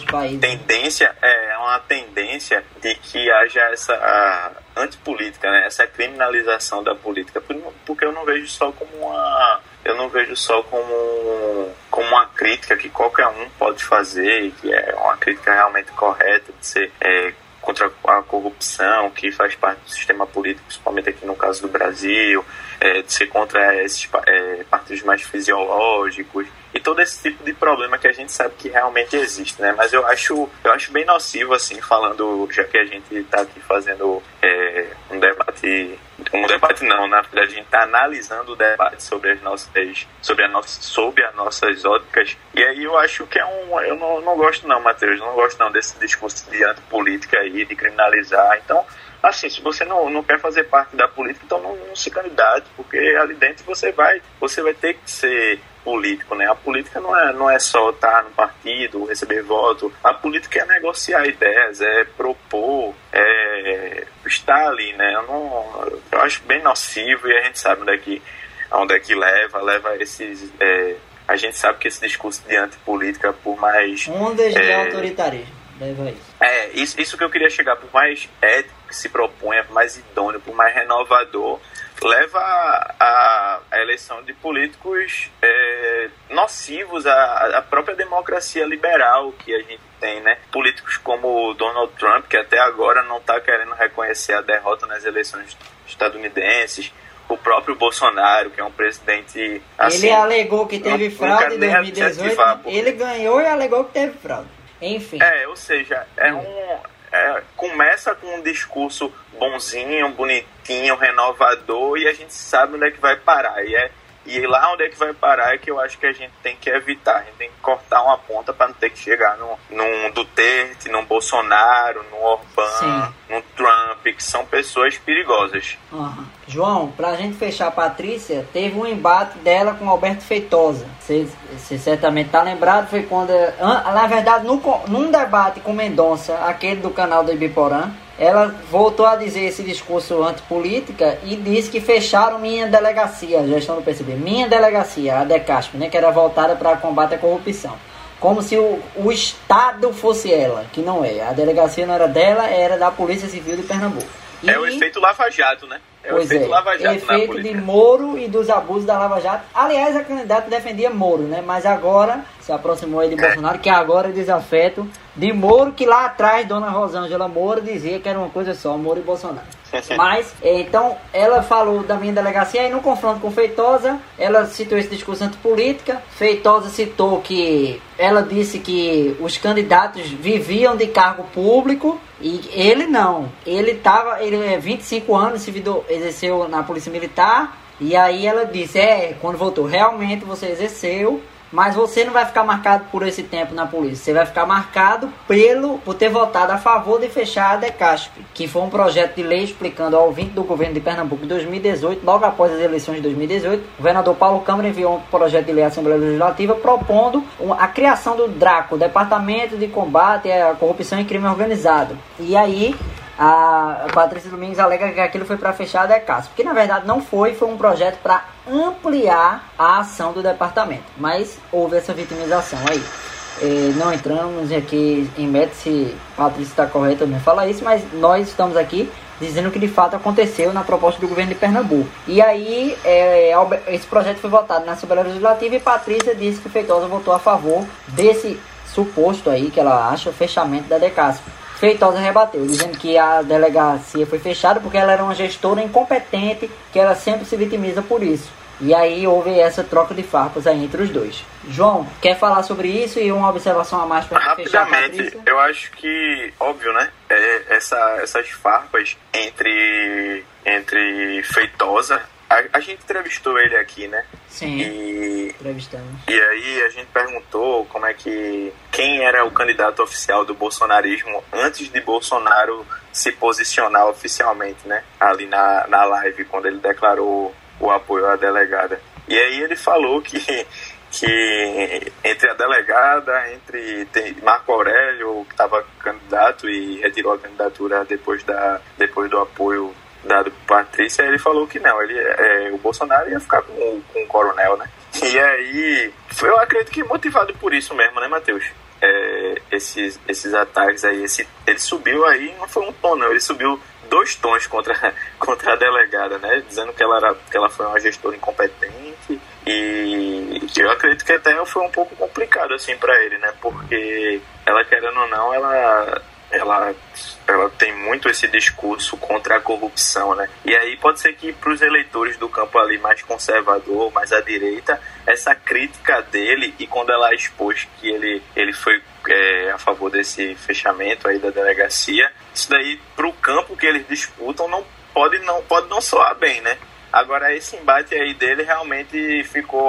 tendência de que haja essa antipolítica, né? Essa criminalização da política, porque eu não vejo só como uma crítica que qualquer um pode fazer, e que é uma crítica realmente correta de ser contra a corrupção que faz parte do sistema político, principalmente aqui no caso do Brasil, de ser contra esses partidos mais fisiológicos e todo esse tipo de problema que a gente sabe que realmente existe, né? Mas eu acho bem nocivo, assim, falando, já que a gente está aqui fazendo um debate não, na verdade a gente está analisando o debate sobre as nossas óticas, e aí eu acho que eu não gosto não, Matheus, não gosto não desse discurso de antipolítica aí, de criminalizar. Então, assim, se você não quer fazer parte da política, então não se candidate, porque ali dentro você vai ter que ser político, né? A política não é só estar no partido, receber voto. A política é negociar ideias, é propor, estar ali, né? Eu acho bem nocivo, e a gente sabe onde é que leva esses... a gente sabe que esse discurso de antipolítica, por mais... Ondas de autoritarismo, leva isso. Isso que eu queria chegar, por mais ético que se proponha, por mais idôneo, por mais renovador, leva a eleição de políticos nocivos à própria democracia liberal que a gente tem, né? Políticos como Donald Trump, que até agora não está querendo reconhecer a derrota nas eleições estadunidenses. O próprio Bolsonaro, que é um presidente... Assim, ele alegou que teve fraude em 2018. Ele ganhou e alegou que teve fraude. Enfim. Ou seja, começa com um discurso bonzinho, bonitinho, renovador, e a gente sabe onde é que vai parar. E lá onde é que vai parar é que eu acho que a gente tem que evitar. A gente tem que cortar uma ponta para não ter que chegar num Duterte, num Bolsonaro, num Orbán, num Trump, que são pessoas perigosas. Uhum. João, pra gente fechar a Patrícia, teve um embate dela com Alberto Feitosa. Você certamente tá lembrado, foi quando... Na verdade, num debate com Mendonça, aquele do canal do Ibiporã, ela voltou a dizer esse discurso antipolítica e disse que fecharam minha delegacia, a gestão do PCB, minha delegacia, a DECASP, né, que era voltada para combate à corrupção. Como se o Estado fosse ela, que não é. A delegacia não era dela, era da Polícia Civil de Pernambuco. É o efeito Lava Jato, né? É o efeito Lava Jato na política. Efeito de Moro e dos abusos da Lava Jato. Aliás, a candidata defendia Moro, né? Mas agora se aproximou aí de Bolsonaro, que agora é desafeto de Moro, que lá atrás Dona Rosângela Moro dizia que era uma coisa só, Moro e Bolsonaro. Mas, então, ela falou da minha delegacia e no confronto com Feitosa, ela citou esse discurso antipolítica. Feitosa citou que ela disse que os candidatos viviam de cargo público e ele não. Ele é 25 anos, exerceu na Polícia Militar, e aí ela disse, quando voltou, realmente você exerceu, mas você não vai ficar marcado por esse tempo na polícia. Você vai ficar marcado por ter votado a favor de fechar a DECASP, que foi um projeto de lei explicando ao ouvinte do governo de Pernambuco em 2018, logo após as eleições de 2018. O governador Paulo Câmara enviou um projeto de lei à Assembleia Legislativa propondo a criação do DRACO, Departamento de Combate à Corrupção e Crime Organizado. E aí a Patrícia Domingos alega que aquilo foi para fechar a DECASP, que na verdade não foi um projeto para ampliar a ação do departamento, mas houve essa vitimização aí. Não entramos aqui em mérito se a Patrícia está correta ou não fala isso, mas nós estamos aqui dizendo que de fato aconteceu na proposta do governo de Pernambuco. E aí esse projeto foi votado na Assembleia Legislativa e Patrícia disse que Feitosa votou a favor desse suposto aí, que ela acha, fechamento da DECASP. Feitosa rebateu, dizendo que a delegacia foi fechada porque ela era uma gestora incompetente, que ela sempre se vitimiza por isso. E aí houve essa troca de farpas aí entre os dois. João, quer falar sobre isso e uma observação a mais para fechar? Rapidamente, eu acho que, óbvio, né? Essas farpas entre Feitosa, a gente entrevistou ele aqui, né? Sim, entrevistamos. E aí a gente perguntou quem era o candidato oficial do bolsonarismo antes de Bolsonaro se posicionar oficialmente, né? Ali na live, quando ele declarou o apoio à delegada. E aí ele falou que entre a delegada, tem Marco Aurélio, que estava candidato e retirou a candidatura depois do apoio dado por Patrícia, ele falou que não, o Bolsonaro ia ficar com o coronel, né? E aí, eu acredito que motivado por isso mesmo, né, Matheus? Esses ataques aí, ele subiu aí, não foi um tom não, ele subiu 2 tons contra a delegada, né? Dizendo que ela foi uma gestora incompetente, e eu acredito que até foi um pouco complicado assim para ele, né? Porque ela, querendo ou não, ela tem muito esse discurso contra a corrupção, né? E aí pode ser que para os eleitores do campo ali mais conservador, mais à direita, essa crítica dele, e quando ela expôs que ele foi a favor desse fechamento aí da delegacia, isso daí para o campo que eles disputam pode não soar bem, né? Agora, esse embate aí dele realmente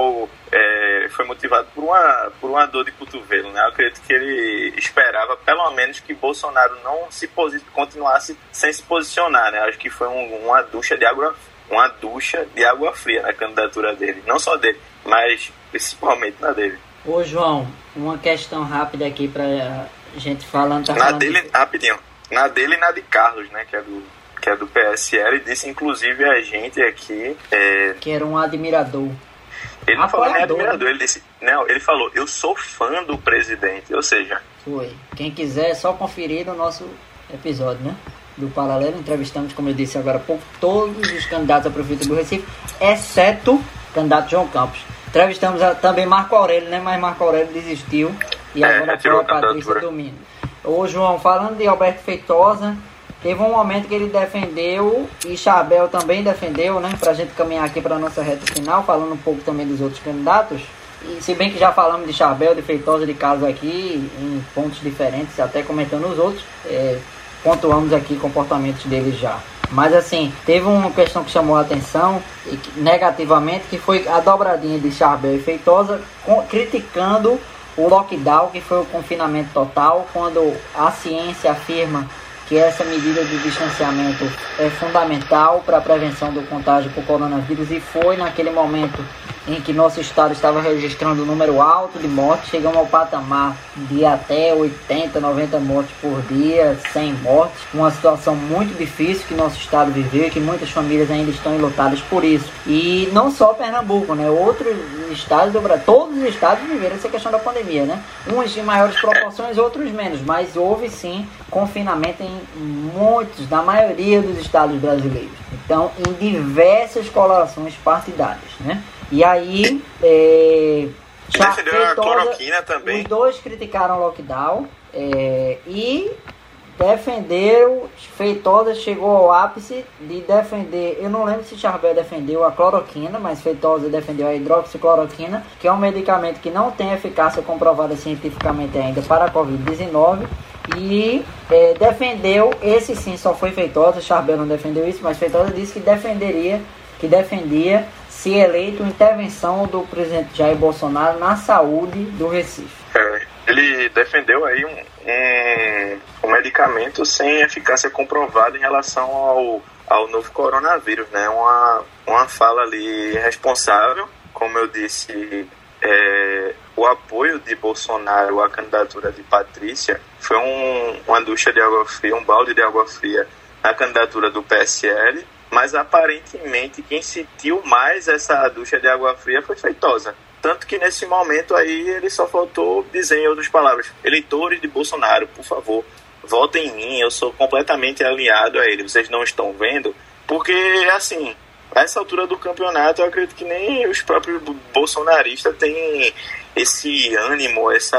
foi motivado por uma dor de cotovelo, né? Eu acredito que ele esperava, pelo menos, que Bolsonaro não continuasse sem se posicionar, né? Acho que foi uma ducha de água fria na candidatura dele. Não só dele, mas principalmente na dele. Ô, João, uma questão rápida aqui pra gente falando... Rapidinho. Na dele e na de Carlos, né? Que é do PSL, disse inclusive a gente aqui... Que era um admirador. Ele não falou nem admirador, ele disse... Não, ele falou, eu sou fã do presidente, ou seja... Foi. Quem quiser é só conferir no nosso episódio, né? Do Paralelo, entrevistamos, como eu disse agora há pouco, todos os candidatos a prefeito do Recife, exceto o candidato João Campos. Entrevistamos também Marco Aurélio, né? Mas Marco Aurélio desistiu e agora foi a Patrícia Domingos. Ô, João, falando de Alberto Feitosa... Teve um momento que ele defendeu, e Charbel também defendeu, né? Pra gente caminhar aqui pra nossa reta final, falando um pouco também dos outros candidatos. E se bem que já falamos de Charbel, de Feitosa, de Carlos aqui, em pontos diferentes, até comentando os outros, pontuamos aqui comportamentos deles já. Mas assim, teve uma questão que chamou a atenção, negativamente, que foi a dobradinha de Charbel e Feitosa, criticando o lockdown, que foi o confinamento total, quando a ciência afirma que essa medida de distanciamento é fundamental para a prevenção do contágio por coronavírus, e foi naquele momento em que nosso estado estava registrando um número alto de mortes, chegamos ao patamar de até 80, 90 mortes por dia, 100 mortes, uma situação muito difícil que nosso estado viveu e que muitas famílias ainda estão enlutadas por isso. E não só Pernambuco, né? Outros estados do Brasil, todos os estados viveram essa questão da pandemia, né? Uns em maiores proporções, outros menos, mas houve sim confinamento em na maioria dos estados brasileiros. Então, em diversas colorações partidárias, né? E aí, defendeu a cloroquina também. Os dois criticaram o lockdown e defenderam. Feitosa chegou ao ápice de defender. Eu não lembro se Charbel defendeu a cloroquina, mas Feitosa defendeu a hidroxicloroquina, que é um medicamento que não tem eficácia comprovada cientificamente ainda para a Covid-19. E defendeu, esse sim só foi Feitosa, Charbel não defendeu isso, mas Feitosa disse que defendia se eleito, intervenção do presidente Jair Bolsonaro na saúde do Recife. Ele defendeu aí um medicamento sem eficácia comprovada em relação ao novo coronavírus, né? Uma fala ali responsável, como eu disse, o apoio de Bolsonaro à candidatura de Patrícia foi uma ducha de água fria, um balde de água fria na candidatura do PSL, mas aparentemente quem sentiu mais essa ducha de água fria foi Feitosa. Tanto que nesse momento aí ele só faltou dizer em outras palavras: eleitores de Bolsonaro, por favor, votem em mim, eu sou completamente alinhado a ele, vocês não estão vendo? Porque, assim, a essa altura do campeonato eu acredito que nem os próprios bolsonaristas têm esse ânimo, esse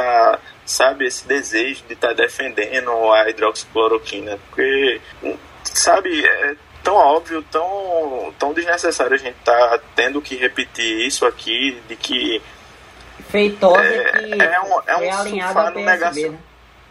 desejo de estar defendendo a hidroxicloroquina, porque, sabe, é tão óbvio, tão desnecessário a gente tá tendo que repetir isso aqui, de que Feitosa foi um alinhado ao PSB, né?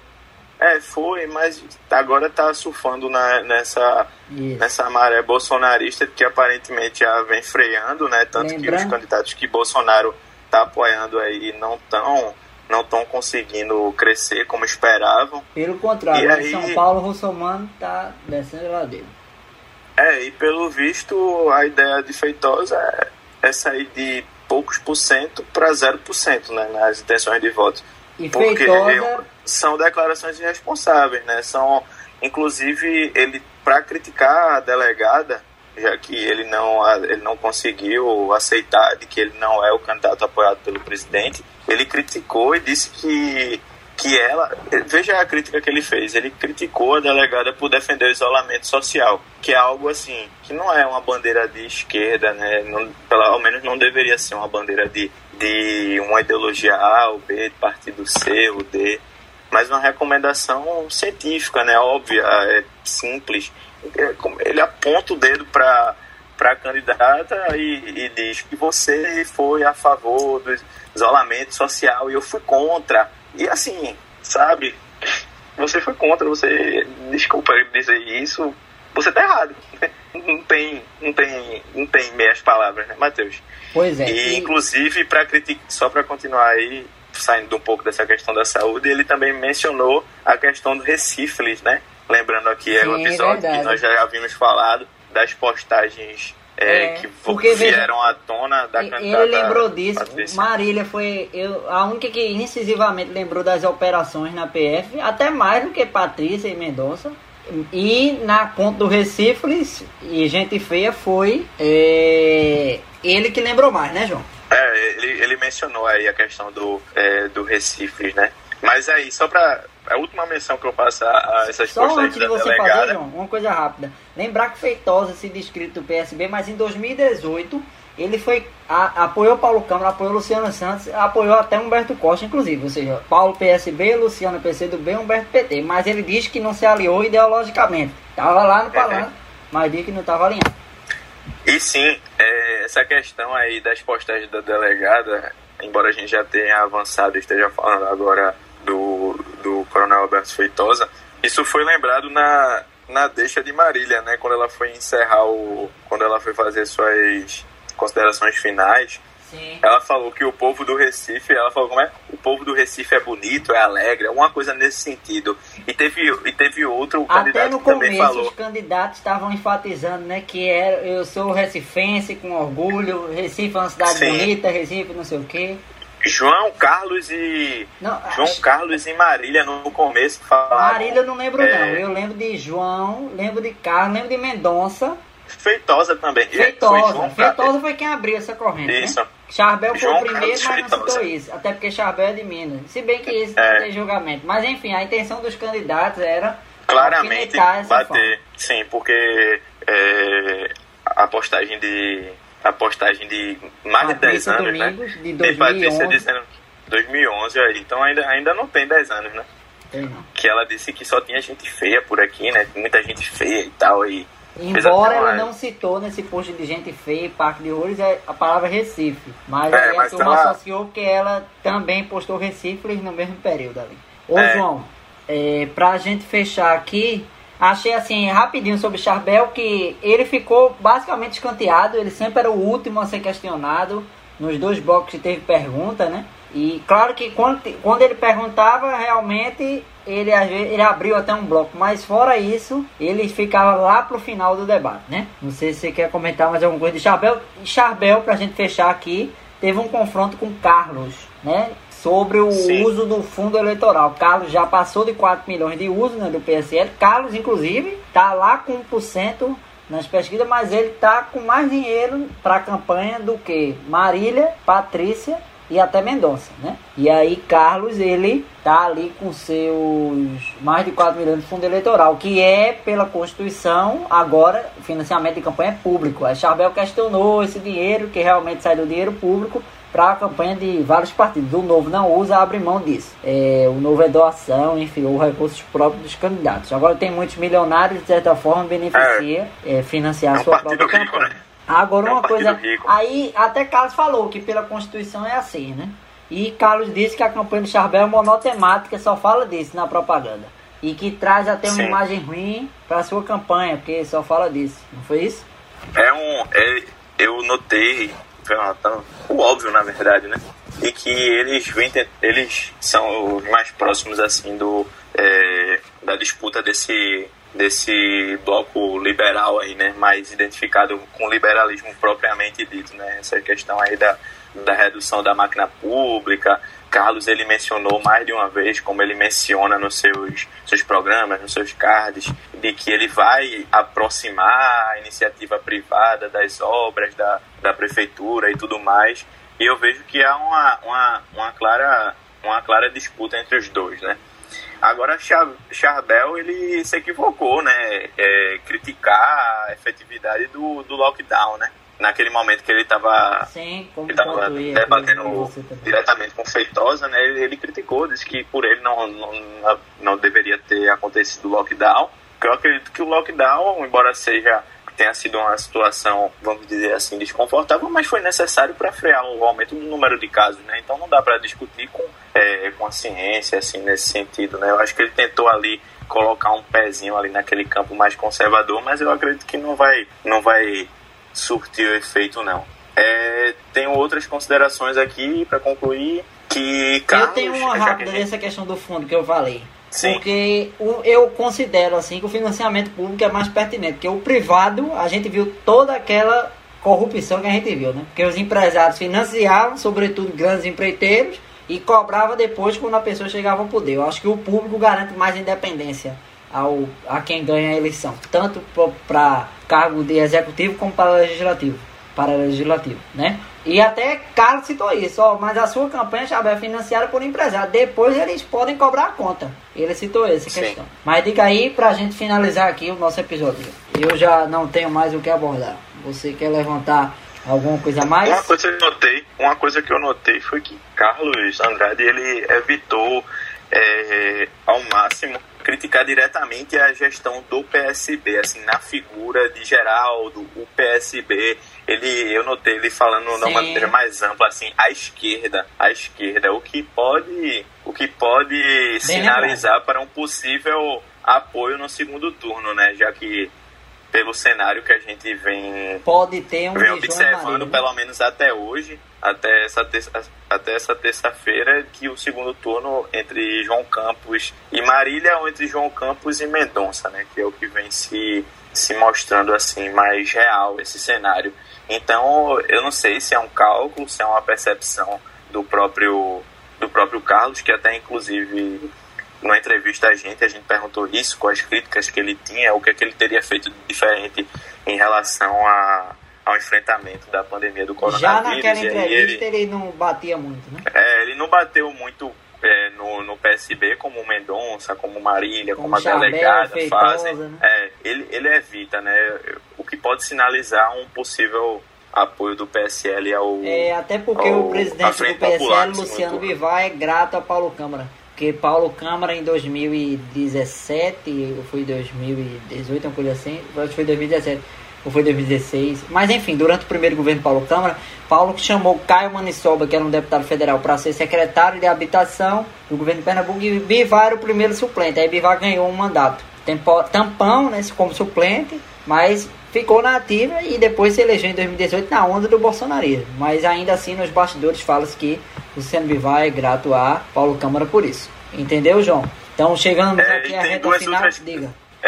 Foi, mas agora tá surfando nessa maré bolsonarista, que aparentemente já vem freando, né? Tanto que os candidatos que Bolsonaro tá apoiando aí não estão conseguindo crescer como esperavam. Pelo contrário, aí, São Paulo Russomano tá descendo a ladeira. E pelo visto a ideia de Feitosa é sair de poucos por cento para 0%, né, nas intenções de voto. E porque Feitosa... são declarações irresponsáveis, né? São, inclusive, ele, para criticar a delegada, já que ele não conseguiu aceitar de que ele não é o candidato apoiado pelo presidente, ele criticou e disse que ela... Veja a crítica que ele fez. Ele criticou a delegada por defender o isolamento social, que é algo assim, que não é uma bandeira de esquerda, né? Pelo menos não deveria ser uma bandeira de uma ideologia A ou B, de partido C ou D, mas uma recomendação científica, né? Óbvia, simples. Ele aponta o dedo para a candidata e diz que você foi a favor do isolamento social e eu fui contra. E assim, sabe, você foi contra, desculpa dizer isso, você tá errado. Não tem meias palavras, né, Matheus? Pois é. E inclusive, só para continuar aí, saindo um pouco dessa questão da saúde, ele também mencionou a questão do Recifes, né? Lembrando aqui, o episódio que nós já havíamos falado das postagens que vieram à tona da candidata. Ele lembrou disso. Patrícia. Marília foi a única que incisivamente lembrou das operações na PF, até mais do que Patrícia e Mendonça. E na conta do Recife e Gente Feia foi ele que lembrou mais, né, João? Ele mencionou aí a questão do Recife, né? Mas aí, só para a última menção que eu faço a essas só postagens antes de você delegada... fazer, João, uma coisa rápida. Lembrar que Feitosa se inscrito do PSB, mas em 2018 ele apoiou Paulo Câmara, apoiou Luciano Santos, apoiou até Humberto Costa, inclusive. Ou seja, Paulo PSB, Luciano PCdoB, Humberto PT. Mas ele diz que não se aliou ideologicamente. Estava lá no palanque, mas diz que não estava alinhado. E sim, essa questão aí das postagens da delegada, embora a gente já tenha avançado e esteja falando agora do Coronel Alberto Feitosa, isso foi lembrado na deixa de Marília, né? Quando ela foi quando ela foi fazer suas considerações finais. Sim. Ela falou que o povo do Recife, o povo do Recife é bonito, é alegre, alguma coisa nesse sentido. E teve outro candidato que também falou. Até no começo os candidatos estavam enfatizando, né, que eu sou recifense com orgulho, Recife é uma cidade bonita, Recife não sei o quê. João Carlos e Marília no começo falaram. Marília eu não lembro não, eu lembro de João, lembro de Carlos, lembro de Mendonça. Feitosa também. Feitosa foi quem abriu essa corrente, isso. Né? Charbel foi o primeiro, Carlos mas não citou isso. Até porque Charbel é de Minas. Se bem que isso não tem julgamento. Mas enfim, a intenção dos candidatos era claramente bater. Sim, porque a postagem de mais de 10 anos, né? De 2011. Dizendo 2011 aí. Então ainda não tem 10 anos, né? Tem não. Que ela disse que só tinha gente feia por aqui, né? Muita gente feia e tal. Embora ela não citou nesse post de Gente Feia e Parque de Horrores a palavra Recife. Mas aí a turma associou que ela também postou Recife no mesmo período ali. Ô João, pra gente fechar aqui, Achei assim, rapidinho sobre Charbel, que ele ficou basicamente escanteado, ele sempre era o último a ser questionado nos 2 blocos que teve pergunta, né? E claro que quando ele perguntava, realmente ele abriu até um bloco, mas fora isso, ele ficava lá pro final do debate, né? Não sei se você quer comentar mais alguma coisa de Charbel. Charbel, pra gente fechar aqui, teve um confronto com Carlos, né? Sobre o uso do fundo eleitoral. Carlos já passou de 4 milhões de uso, né, do PSL. Carlos, inclusive, tá lá com 1% nas pesquisas, mas ele tá com mais dinheiro para a campanha do que Marília, Patrícia e até Mendonça, né? E aí Carlos, ele tá ali com seus mais de 4 milhões de fundo eleitoral, que é, pela Constituição, agora, o financiamento de campanha é público. A Charbel questionou esse dinheiro, que realmente sai do dinheiro público, para a campanha de vários partidos. O Novo não usa, abre mão disso. O Novo é doação, enfim, ou recursos próprios dos candidatos. Agora tem muitos milionários, de certa forma, beneficia financiar a sua própria campanha. Rico, né? Agora uma coisa, aí até Carlos falou que pela Constituição é assim, né? E Carlos disse que a campanha do Charbel é monotemática, só fala disso na propaganda. E que traz até uma imagem ruim para a sua campanha, porque só fala disso. Não foi isso? Eu notei, o óbvio na verdade, né? E que eles são os mais próximos assim da disputa desse bloco liberal aí, né? Mais identificado com o liberalismo propriamente dito, né? Essa questão aí da redução da máquina pública. Carlos, ele mencionou mais de uma vez, como ele menciona nos seus programas, nos seus cards, de que ele vai aproximar a iniciativa privada das obras, da prefeitura e tudo mais. E eu vejo que há uma clara disputa entre os dois, né? Agora, Charbel, ele se equivocou, né? Criticar a efetividade do lockdown, né? Naquele momento que ele estava debatendo diretamente com Feitosa, né? Ele criticou, disse que por ele não deveria ter acontecido o lockdown. Eu acredito que o lockdown, embora tenha sido uma situação, vamos dizer assim, desconfortável, mas foi necessário para frear o aumento do número de casos, né? Então não dá para discutir com a ciência, assim, nesse sentido, né? Eu acho que ele tentou ali colocar um pezinho ali naquele campo mais conservador, mas eu acredito que não vai surtir o efeito, não. Tenho outras considerações aqui para concluir, que Carlos... Eu tenho uma rápida nessa questão do fundo que eu falei. Sim. Porque eu considero assim que o financiamento público é mais pertinente, porque o privado, a gente viu toda aquela corrupção que a gente viu, né? Porque os empresários financiavam, sobretudo grandes empreiteiros, e cobravam depois quando a pessoa chegava ao poder. Eu acho que o público garante mais independência a quem ganha a eleição, tanto para cargo de executivo como para legislativo, né? E até Carlos citou isso, mas a sua campanha é financiada por empresário, depois eles podem cobrar a conta. Ele citou essa questão. Mas diga aí pra gente finalizar aqui o nosso episódio. Eu já não tenho mais o que abordar. Você quer levantar alguma coisa a mais? Uma coisa que eu notei foi que Carlos Andrade, ele evitou ao máximo criticar diretamente a gestão do PSB, assim, na figura de Geraldo, o PSB. Eu notei ele falando de uma maneira mais ampla, assim, a esquerda, o que pode sinalizar para um possível apoio no segundo turno, né? Já que pelo cenário que a gente vem observando, pelo menos até hoje, até essa terça-feira, que o segundo turno entre João Campos e Marília, ou entre João Campos e Mendonça, né? Que é o que vem se mostrando assim mais real, esse cenário. Então, eu não sei se é um cálculo, se é uma percepção do próprio Carlos, que até inclusive numa entrevista a gente perguntou isso, com as críticas que ele tinha, o que ele teria feito de diferente em relação ao enfrentamento da pandemia do coronavírus. Já naquela entrevista ele não batia muito, né? Ele não bateu muito no PSB, como Mendonça, como Marília, como a delegada fazem. Né? Ele evita, né? O que pode sinalizar um possível apoio do PSL até porque o presidente do PSL, Luciano Bivar, é grato a Paulo Câmara. Porque Paulo Câmara em 2017, ou foi 2018, uma coisa assim, acho que foi 2017, ou foi 2016, mas enfim, durante o primeiro governo Paulo Câmara, Paulo chamou Caio Manissoba, que era um deputado federal, para ser secretário de habitação do governo de Pernambuco, e Bivar era o primeiro suplente, aí Bivar ganhou um mandato. tampão, né, como suplente, mas ficou na ativa e depois se elegeu em 2018 na onda do bolsonarismo. Mas ainda assim, nos bastidores fala-se que Luciano Bivar é grato a Paulo Câmara por isso. Entendeu, João? Então, chegando aqui à reta final, diga.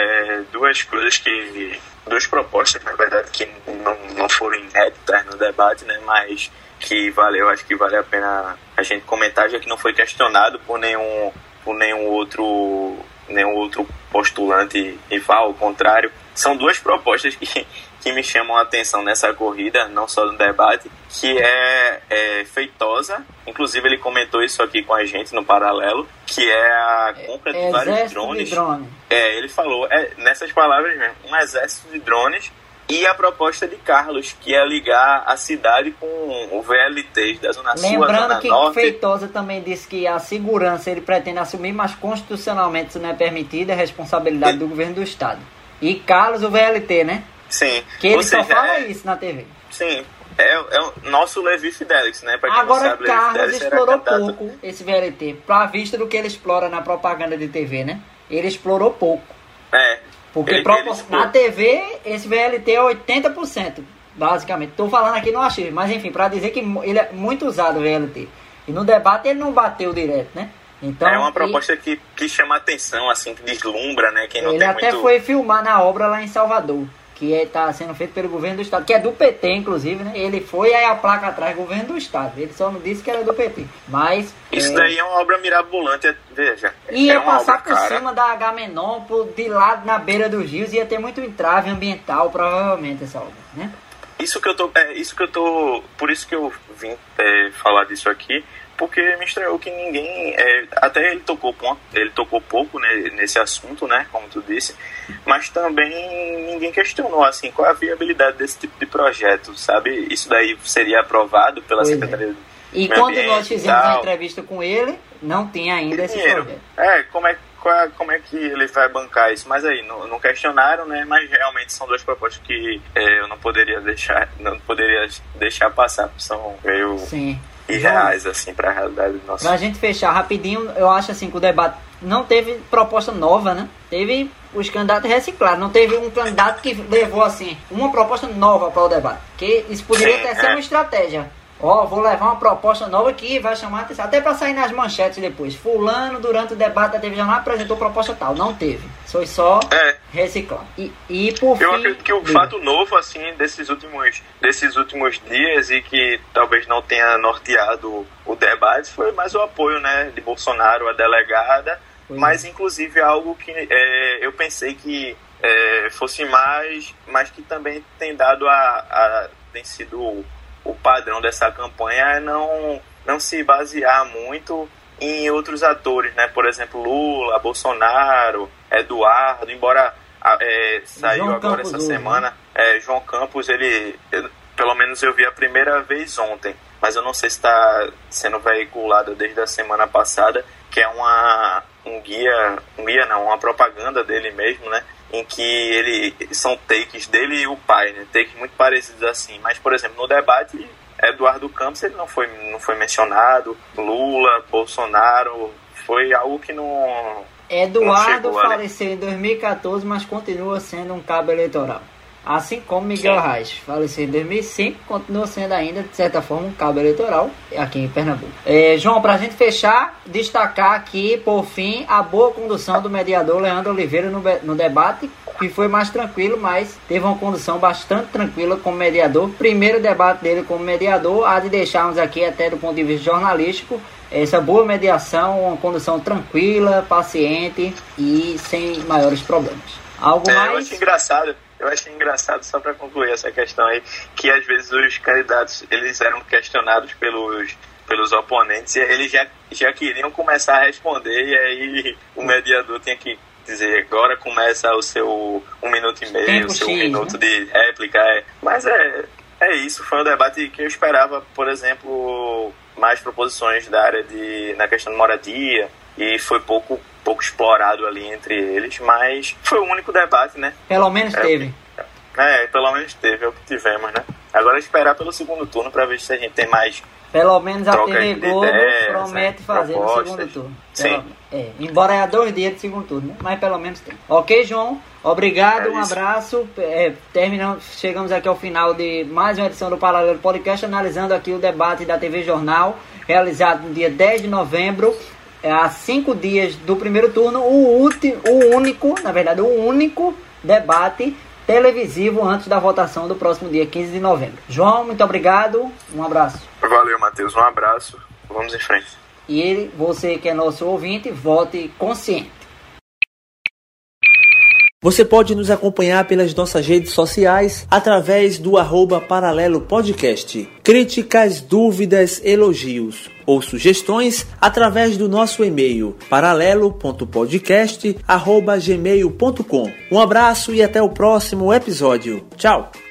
Duas propostas, na verdade, que não foram inéditas no debate, né, mas que acho que vale a pena a gente comentar, já que não foi questionado por nenhum outro postulante rival, ao contrário. São duas propostas que me chamam a atenção nessa corrida, não só no debate, que é Feitosa, inclusive ele comentou isso aqui com a gente no Paralelo, que é a compra de vários drones. Ele falou, nessas palavras mesmo, um exército de drones, e a proposta de Carlos, que é ligar a cidade com o VLT da Zona Sul, lembrando que Norte. Feitosa também disse que a segurança ele pretende assumir, mas constitucionalmente isso não é permitido, é responsabilidade do governo do estado. E Carlos, o VLT, né? Sim. Que ele só fala isso na TV. Sim. É o nosso Levi Fidelix, né? Pra quem agora, não sabe, Carlos explorou pouco esse VLT, pra vista do que ele explora na propaganda de TV, né? Ele explorou pouco. Porque na TV, esse VLT é 80%, basicamente. Estou falando aqui no achismo, mas enfim, para dizer que ele é muito usado o VLT. E no debate ele não bateu direto, né? Então, é uma proposta que chama atenção, assim, que deslumbra, né? Quem não ele tem até foi filmar na obra lá em Salvador, que está sendo feito pelo governo do estado, que é do PT, inclusive, né? Ele foi, aí a placa atrás, governo do estado. Ele só não disse que era do PT. Mas... isso daí é uma obra mirabolante, veja. Ia passar por cima da Agamenon, de lado, na beira dos rios, ia ter muito entrave ambiental, provavelmente, essa obra, né? Por isso que eu vim falar disso aqui, porque me estranhou que ninguém, até ele tocou pouco, né, nesse assunto, né, como tu disse, mas também ninguém questionou, assim, qual é a viabilidade desse tipo de projeto, sabe? Isso daí seria aprovado pela Secretaria do E quando nós fizemos a entrevista com ele, não tinha ainda esse projeto. Como é que ele vai bancar isso? Mas aí, não questionaram, né? Mas realmente são duas propostas que eu não poderia deixar passar, são meio irreais, assim, para a realidade do nosso. Pra gente fechar rapidinho, eu acho assim que o debate não teve proposta nova, né? Teve os candidatos reciclados, não teve um candidato que levou, assim, uma proposta nova para o debate. Que isso poderia até ser uma estratégia. Vou levar uma proposta nova que vai chamar a atenção, até para sair nas manchetes depois. Fulano, durante o debate da TV Jornal, apresentou proposta tal. Não teve. Foi só reciclar. E por fim... Eu acredito que o fato novo, assim, desses últimos dias, e que talvez não tenha norteado o debate, foi mais o apoio, né, de Bolsonaro à delegada, mas inclusive algo que eu pensei que fosse mais, mas que também tem dado tem sido o padrão dessa campanha é não se basear muito em outros atores, né? Por exemplo, Lula, Bolsonaro, Eduardo, embora saiu João agora Campos essa semana, João Campos, pelo menos eu vi a primeira vez ontem, mas eu não sei se está sendo veiculada desde a semana passada, que é uma propaganda dele mesmo, né? Em que são takes dele e o pai, né? Takes muito parecidos assim. Mas, por exemplo, no debate, Eduardo Campos ele não foi mencionado. Lula, Bolsonaro, foi algo que não... Eduardo faleceu em 2014, mas continua sendo um cabo eleitoral. Assim como Miguel Reis faleceu em 2005, continua sendo ainda, de certa forma, um cabo eleitoral aqui em Pernambuco. João, para a gente fechar, destacar aqui, por fim, a boa condução do mediador Leandro Oliveira no debate, que foi mais tranquilo, mas teve uma condução bastante tranquila como mediador. Primeiro debate dele como mediador, há de deixarmos aqui, até do ponto de vista jornalístico, essa boa mediação, uma condução tranquila, paciente e sem maiores problemas. Algo mais? Eu acho engraçado, só para concluir essa questão aí, que às vezes os candidatos eles eram questionados pelos oponentes e eles já queriam começar a responder, e aí o mediador tinha que dizer, agora começa o seu 1 minuto e meio, o seu 1 minuto, né, de réplica. Mas é isso, foi um debate que eu esperava, por exemplo, mais proposições da área na questão de moradia, e foi pouco explorado ali entre eles, mas foi o único debate, né? Pelo menos teve. Pelo menos teve, é o que tivemos, né? Agora esperar pelo segundo turno para ver se a gente tem mais. Pelo menos a troca TV de Globo ideias, promete né? fazer Propostas. no segundo turno. Sim. Embora é 2 dias de segundo turno, né? Mas pelo menos tem. Ok, João? Obrigado, um abraço. Chegamos aqui ao final de mais uma edição do Paralelo Podcast, analisando aqui o debate da TV Jornal, realizado no dia 10 de novembro, há 5 dias do primeiro turno, o único debate televisivo antes da votação do próximo dia 15 de novembro. João, muito obrigado, um abraço. Valeu, Matheus, um abraço, vamos em frente. E você que é nosso ouvinte, vote consciente. Você pode nos acompanhar pelas nossas redes sociais através do @Paralelo Podcast. Críticas, dúvidas, elogios ou sugestões através do nosso e-mail paralelo.podcast@gmail.com. Um abraço e até o próximo episódio. Tchau!